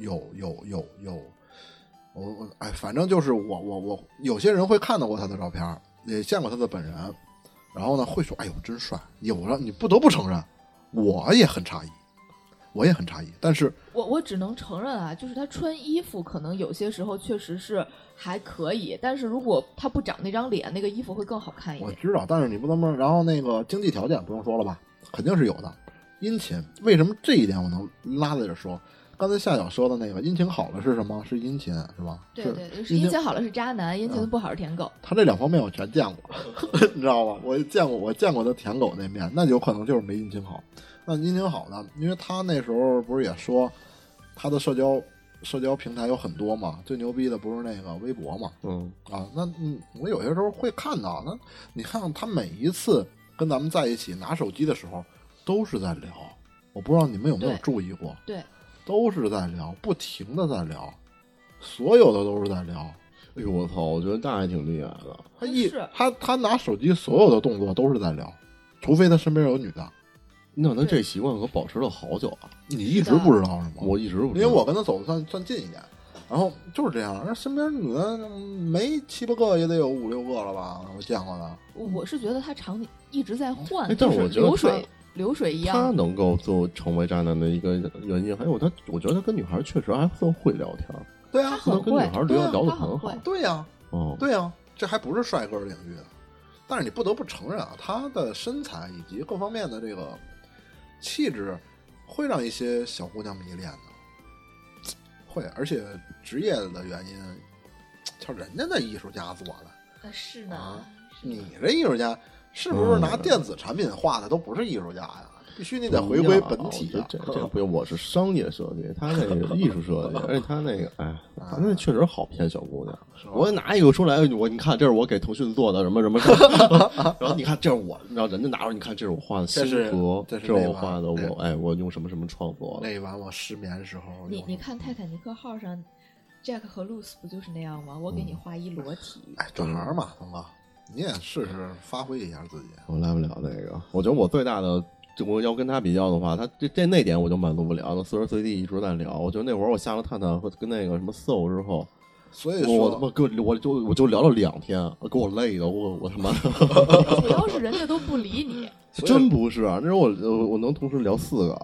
反正就是我有些人会看到过他的照片，也见过他的本人，然后呢会说，哎呦真帅，有了你不得不承认，我也很诧异。但是我只能承认啊，就是他穿衣服可能有些时候确实是还可以，但是如果他不长那张脸，那个衣服会更好看一点。 我知道，但是你不能，然后那个经济条件不用说了吧，肯定是有的。殷勤，为什么这一点我能拉在这说？刚才夏小说的那个殷勤好了是什么？是殷勤是吧？ 对，是殷勤好了是渣男，殷勤不好是舔狗。 他这两方面我全见过，你知道吧？我见过他舔狗那面，那有可能就是没殷勤好。那殷勤好呢？因为他那时候不是也说他的社交平台有很多嘛，最牛逼的不是那个微博嘛？我有些时候会看到，那你看他每一次跟咱们在一起拿手机的时候，都是在聊。我不知道你们有没有注意过？ 对， 都是在聊，不停的在聊，所有的都是在聊。 哎呦我操！我觉得那还挺厉害的。他拿手机所有的动作都是在聊，除非他身边有女的。 那他这习惯可保持了好久啊！ 你一直不知道是吗？ 我一直不知道， 因为我跟他走的算近一点，然后就是这样。那身边女的没7、8个也得有5、6个了吧？我见过的。 我是觉得他一直在换， 但是我觉得流水一样。 他能够成为渣男的一个原因，还有我觉得他跟女孩确实还算会聊天。 对啊， 他跟女孩聊得很好。 对呀，对呀，这还不是帅哥领域的。但是你不得不承认啊，他的身材以及各方面的这个气质会让一些小姑娘迷恋的，会，而且职业的原因，瞧人家那艺术家做的， 是呢， 你这艺术家是不是拿电子产品画的都不是艺术家呀？必须你得回归本体啊！ 这不用，我是商业设计，他那个艺术设计，而且他那个，他那确实好骗小姑娘。我拿一个出来，你看这是我给腾讯做的什么什么，然后你看这是我，然后人家拿出，你看这是我画的星河，这是我画的我用什么什么创作的。 那晚我失眠的时候， 你看泰坦尼克号上 Jack 和 Lucy 不就是那样吗？我给你画一裸体， 转行嘛，东哥，你也试试发挥一下自己。 我来不了那个，我觉得我最大的。我要跟他比较的话，他那点我就满足不了。随时随地一直在聊，我觉得那会儿我下了探探和跟那个什么 Soul 之后， 所以说我就聊了2天，给我累的，我他妈。 主要是人家都不理你， 真不是啊！那时候我能同时聊4个，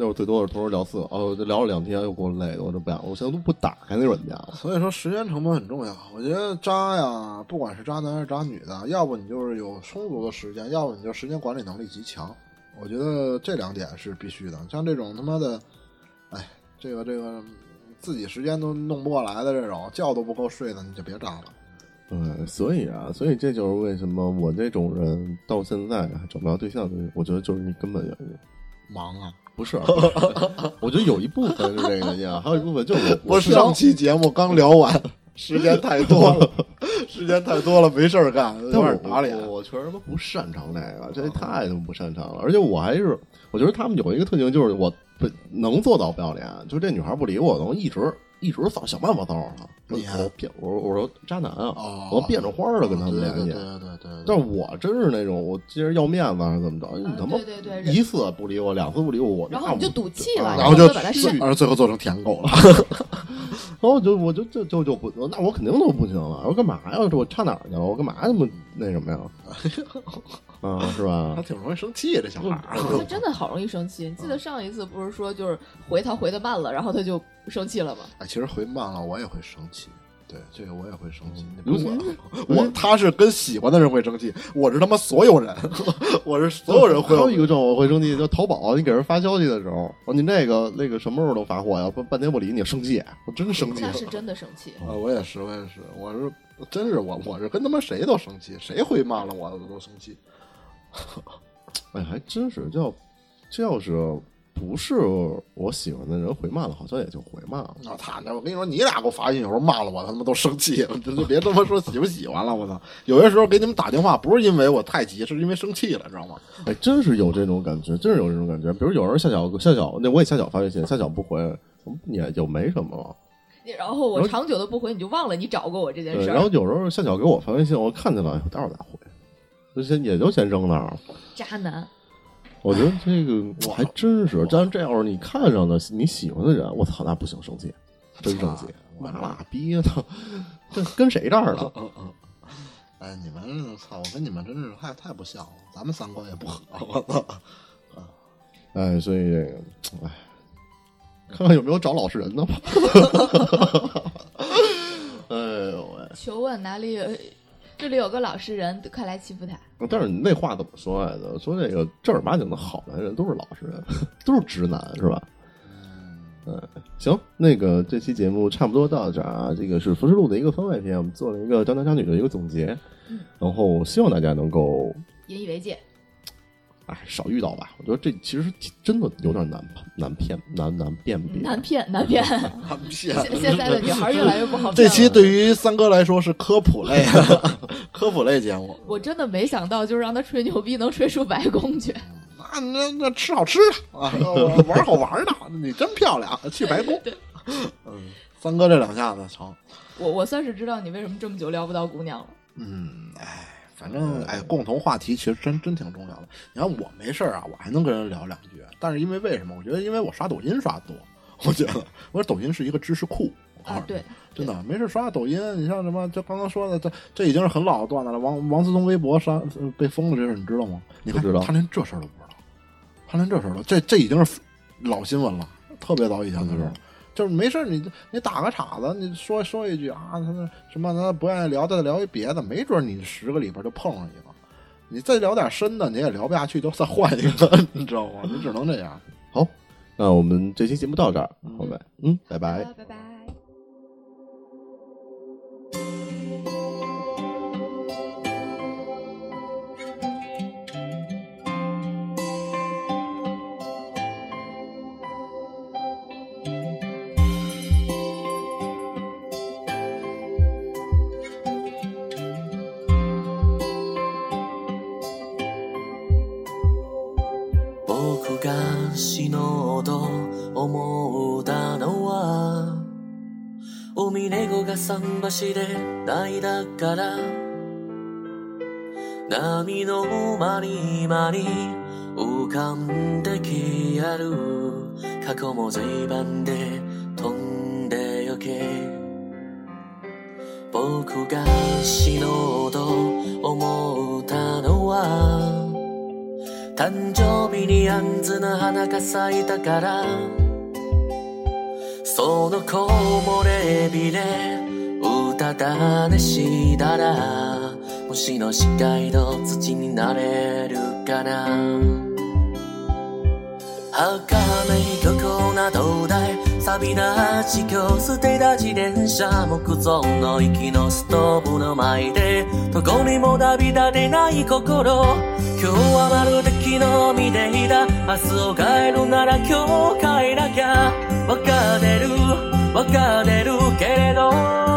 那会儿最多是同时聊4个，就聊了2天又给我累的，我就不想，我现在都不打开那软件了。 所以说时间成本很重要。我觉得渣呀，不管是渣男还是渣女的，要不你就是有充足的时间，要不你就时间管理能力极强。我觉得这2点是必须的。像这种他妈的，这个自己时间都弄不过来的这种，觉都不够睡的，你就别渣了。 所以这就是为什么我这种人到现在还找不着对象的，我觉得就是你根本原因。 忙啊？ 不是，我觉得有一部分是这个原因，还有一部分就是我上期节目刚聊完，时间太多了，没事儿干，有点打脸。 我确实不擅长这个，这太他妈不擅长了。而且我觉得他们有一个特性，就是我能做到不要脸，就是这女孩不理我，我一直想办法骚扰她。我说渣男啊，我变着花的跟他们联系。对。但是我真是那种，我今儿要面子还是怎么着？你他妈1次不理我，2次不理我， 然后你就赌气了， 然后就把他最后做成舔狗了。 然后我就不，那我肯定都不行了。我干嘛呀？我差哪儿去了？我干嘛这么那什么呀？是吧？ 他挺容易生气这小孩儿， 他真的好容易生气。你记得上一次不是说就是回的慢了，然后他就生气了吗？ 其实回慢了我也会生气。对，这个我也会生气。他是跟喜欢的人会生气，我是他妈所有人，我是所有人会。 还有一个状况我会生气，就淘宝，你给人发消息的时候，你那个什么时候都发货呀？半天不理你，生气，我真生气。 那是真的生气。 我也是，我是跟他妈谁都生气，谁回慢了我都生气。 还真是，这要是不是我喜欢的人回慢了，好像也就回慢了。 我跟你说，你俩给我发信有时候慢了我，他妈都生气了，就别他妈说喜不喜欢了，我操！有些时候给你们打电话，不是因为我太急，是因为生气了，知道吗？ 真是有这种感觉，真是有这种感觉。比如有人下脚，那我也下脚发微信，下脚不回，也就没什么了。 然后我长久的不回，你就忘了你找过我这件事。 然后有时候下脚给我发微信，我看见了，待会儿再回，也就先扔那儿。 渣男。 我觉得这个还真是，但是这要是你看上的你喜欢的人，我操，那不行，生气，真生气，妈拉逼的，这跟谁这儿了？ 你们操，我跟你们真是太不像了，咱们3观也不合，我操！ 所以这个，看看有没有找老实人的吧。 求问哪里有？这里有个老实人，快来欺负他。 但是你那话怎么说来的？说这个正儿八经的好男人都是老实人，都是直男，是吧？行，那个这期节目差不多到这儿啊。这个是《浮世录》的一个番外篇，我们做了一个渣男渣女的一个总结，然后希望大家能够引以为戒。 少遇到吧。我觉得这其实真的有点难辨别。难骗。 现在的女孩越来越不好骗了。 这期对于三哥来说是科普类科普类节目。 我真的没想到，就是让他吹牛逼能吹出白宫去。 那吃好吃的啊，玩好玩的，你真漂亮，去白宫。三哥这2下子成。 我算是知道你为什么这么久撩不到姑娘了。 反正共同话题其实真挺重要的。你看我没事啊，我还能跟人聊2句，但是因为什么？我觉得因为我刷抖音刷多，我觉得抖音是一个知识库。 对， 真的没事刷抖音。你像什么，就刚刚说的，这已经是很老的段子了。王思聪微博被封了这事你知道吗？你看他连这事儿都不知道，他连这事儿都这已经是老新闻了，特别早以前的时候。就是没事你打个岔子，你说一句啊，他什么他不愿意聊，再聊一别的，没准你10个里边就碰上一个。你再聊点深的，你也聊不下去，就再换一个，你知道吗？你只能这样。 好，那我们这期节目到这儿，好呗，拜拜， 拜拜。 死のうと思ったのは海猫が桟橋で泣いたから波の間に浮かんできやる過去も随分で飛んでよけ僕が死のうと思ったのは誕生日にあんずの花が咲いたからその木漏れ日でうたた寝したら虫の視界の土になれるかな儚い虚構な灯台錆びな地球捨てた自転車木造の息のストーブの前でどこにも旅立てない心今日はまるで昨日見ていた明日を変えるなら今日変えなきゃ分かってるけれど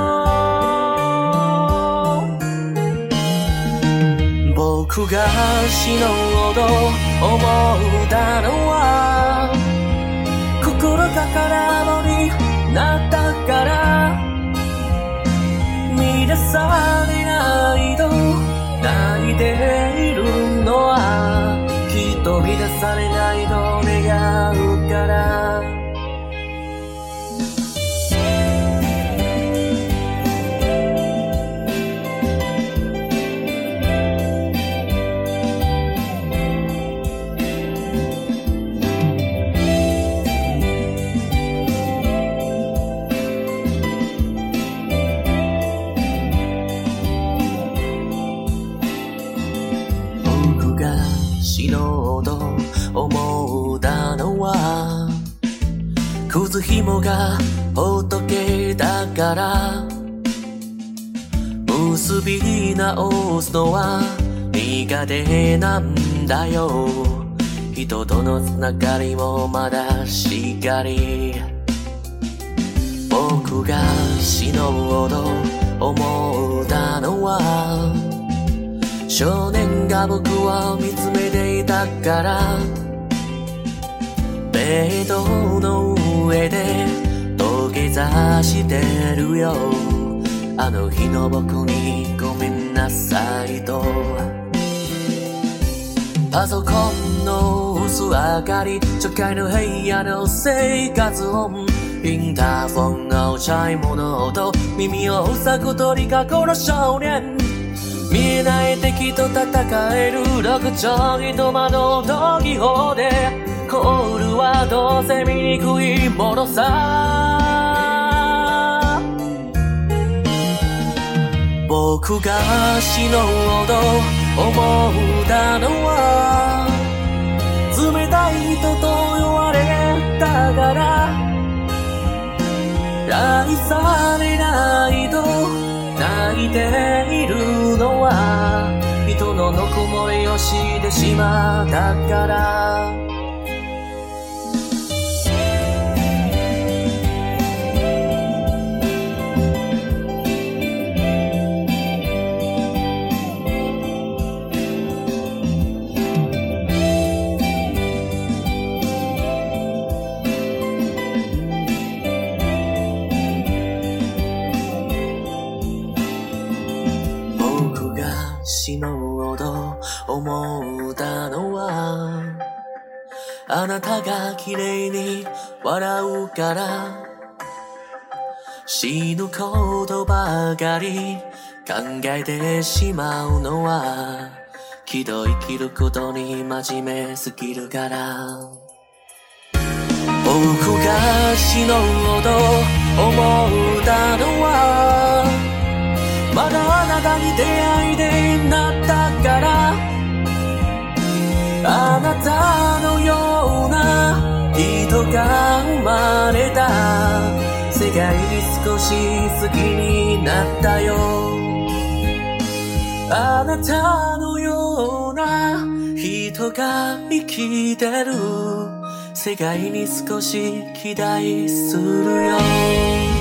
僕が死のうと思ったのは心宝物になったから乱されないと泣いているのはきっと乱されないと願うから死のうと思ったのは靴紐がほっとけたから結び直すのは苦手なんだよ人とのつながりもまだしっかり僕が死のうと思ったのは少年が僕を見つめていたからベッドの上で土下座してるよあの日の僕にごめんなさいとパソコンの薄明かり初回の部屋の生活音インターフォンのチャイムの音耳を塞ぐ鳥かごの少年見えない敵と戦える六丁に戸惑う同義法でコールはどうせ醜いものさ僕が死のうと思ったのは冷たい人と言われたから愛されないと泣いているのは人のぬくもりを知ってしまったから死のうと思ったのはあなたが綺麗に笑うから死ぬことばかり考えてしまうのはきっと生きることに真面目すぎるから僕が死のうと思ったのはまだあなたに出会いでなったからあなたのような人が生まれた世界に少し好きになったよあなたのような人が生きてる世界に少し期待するよ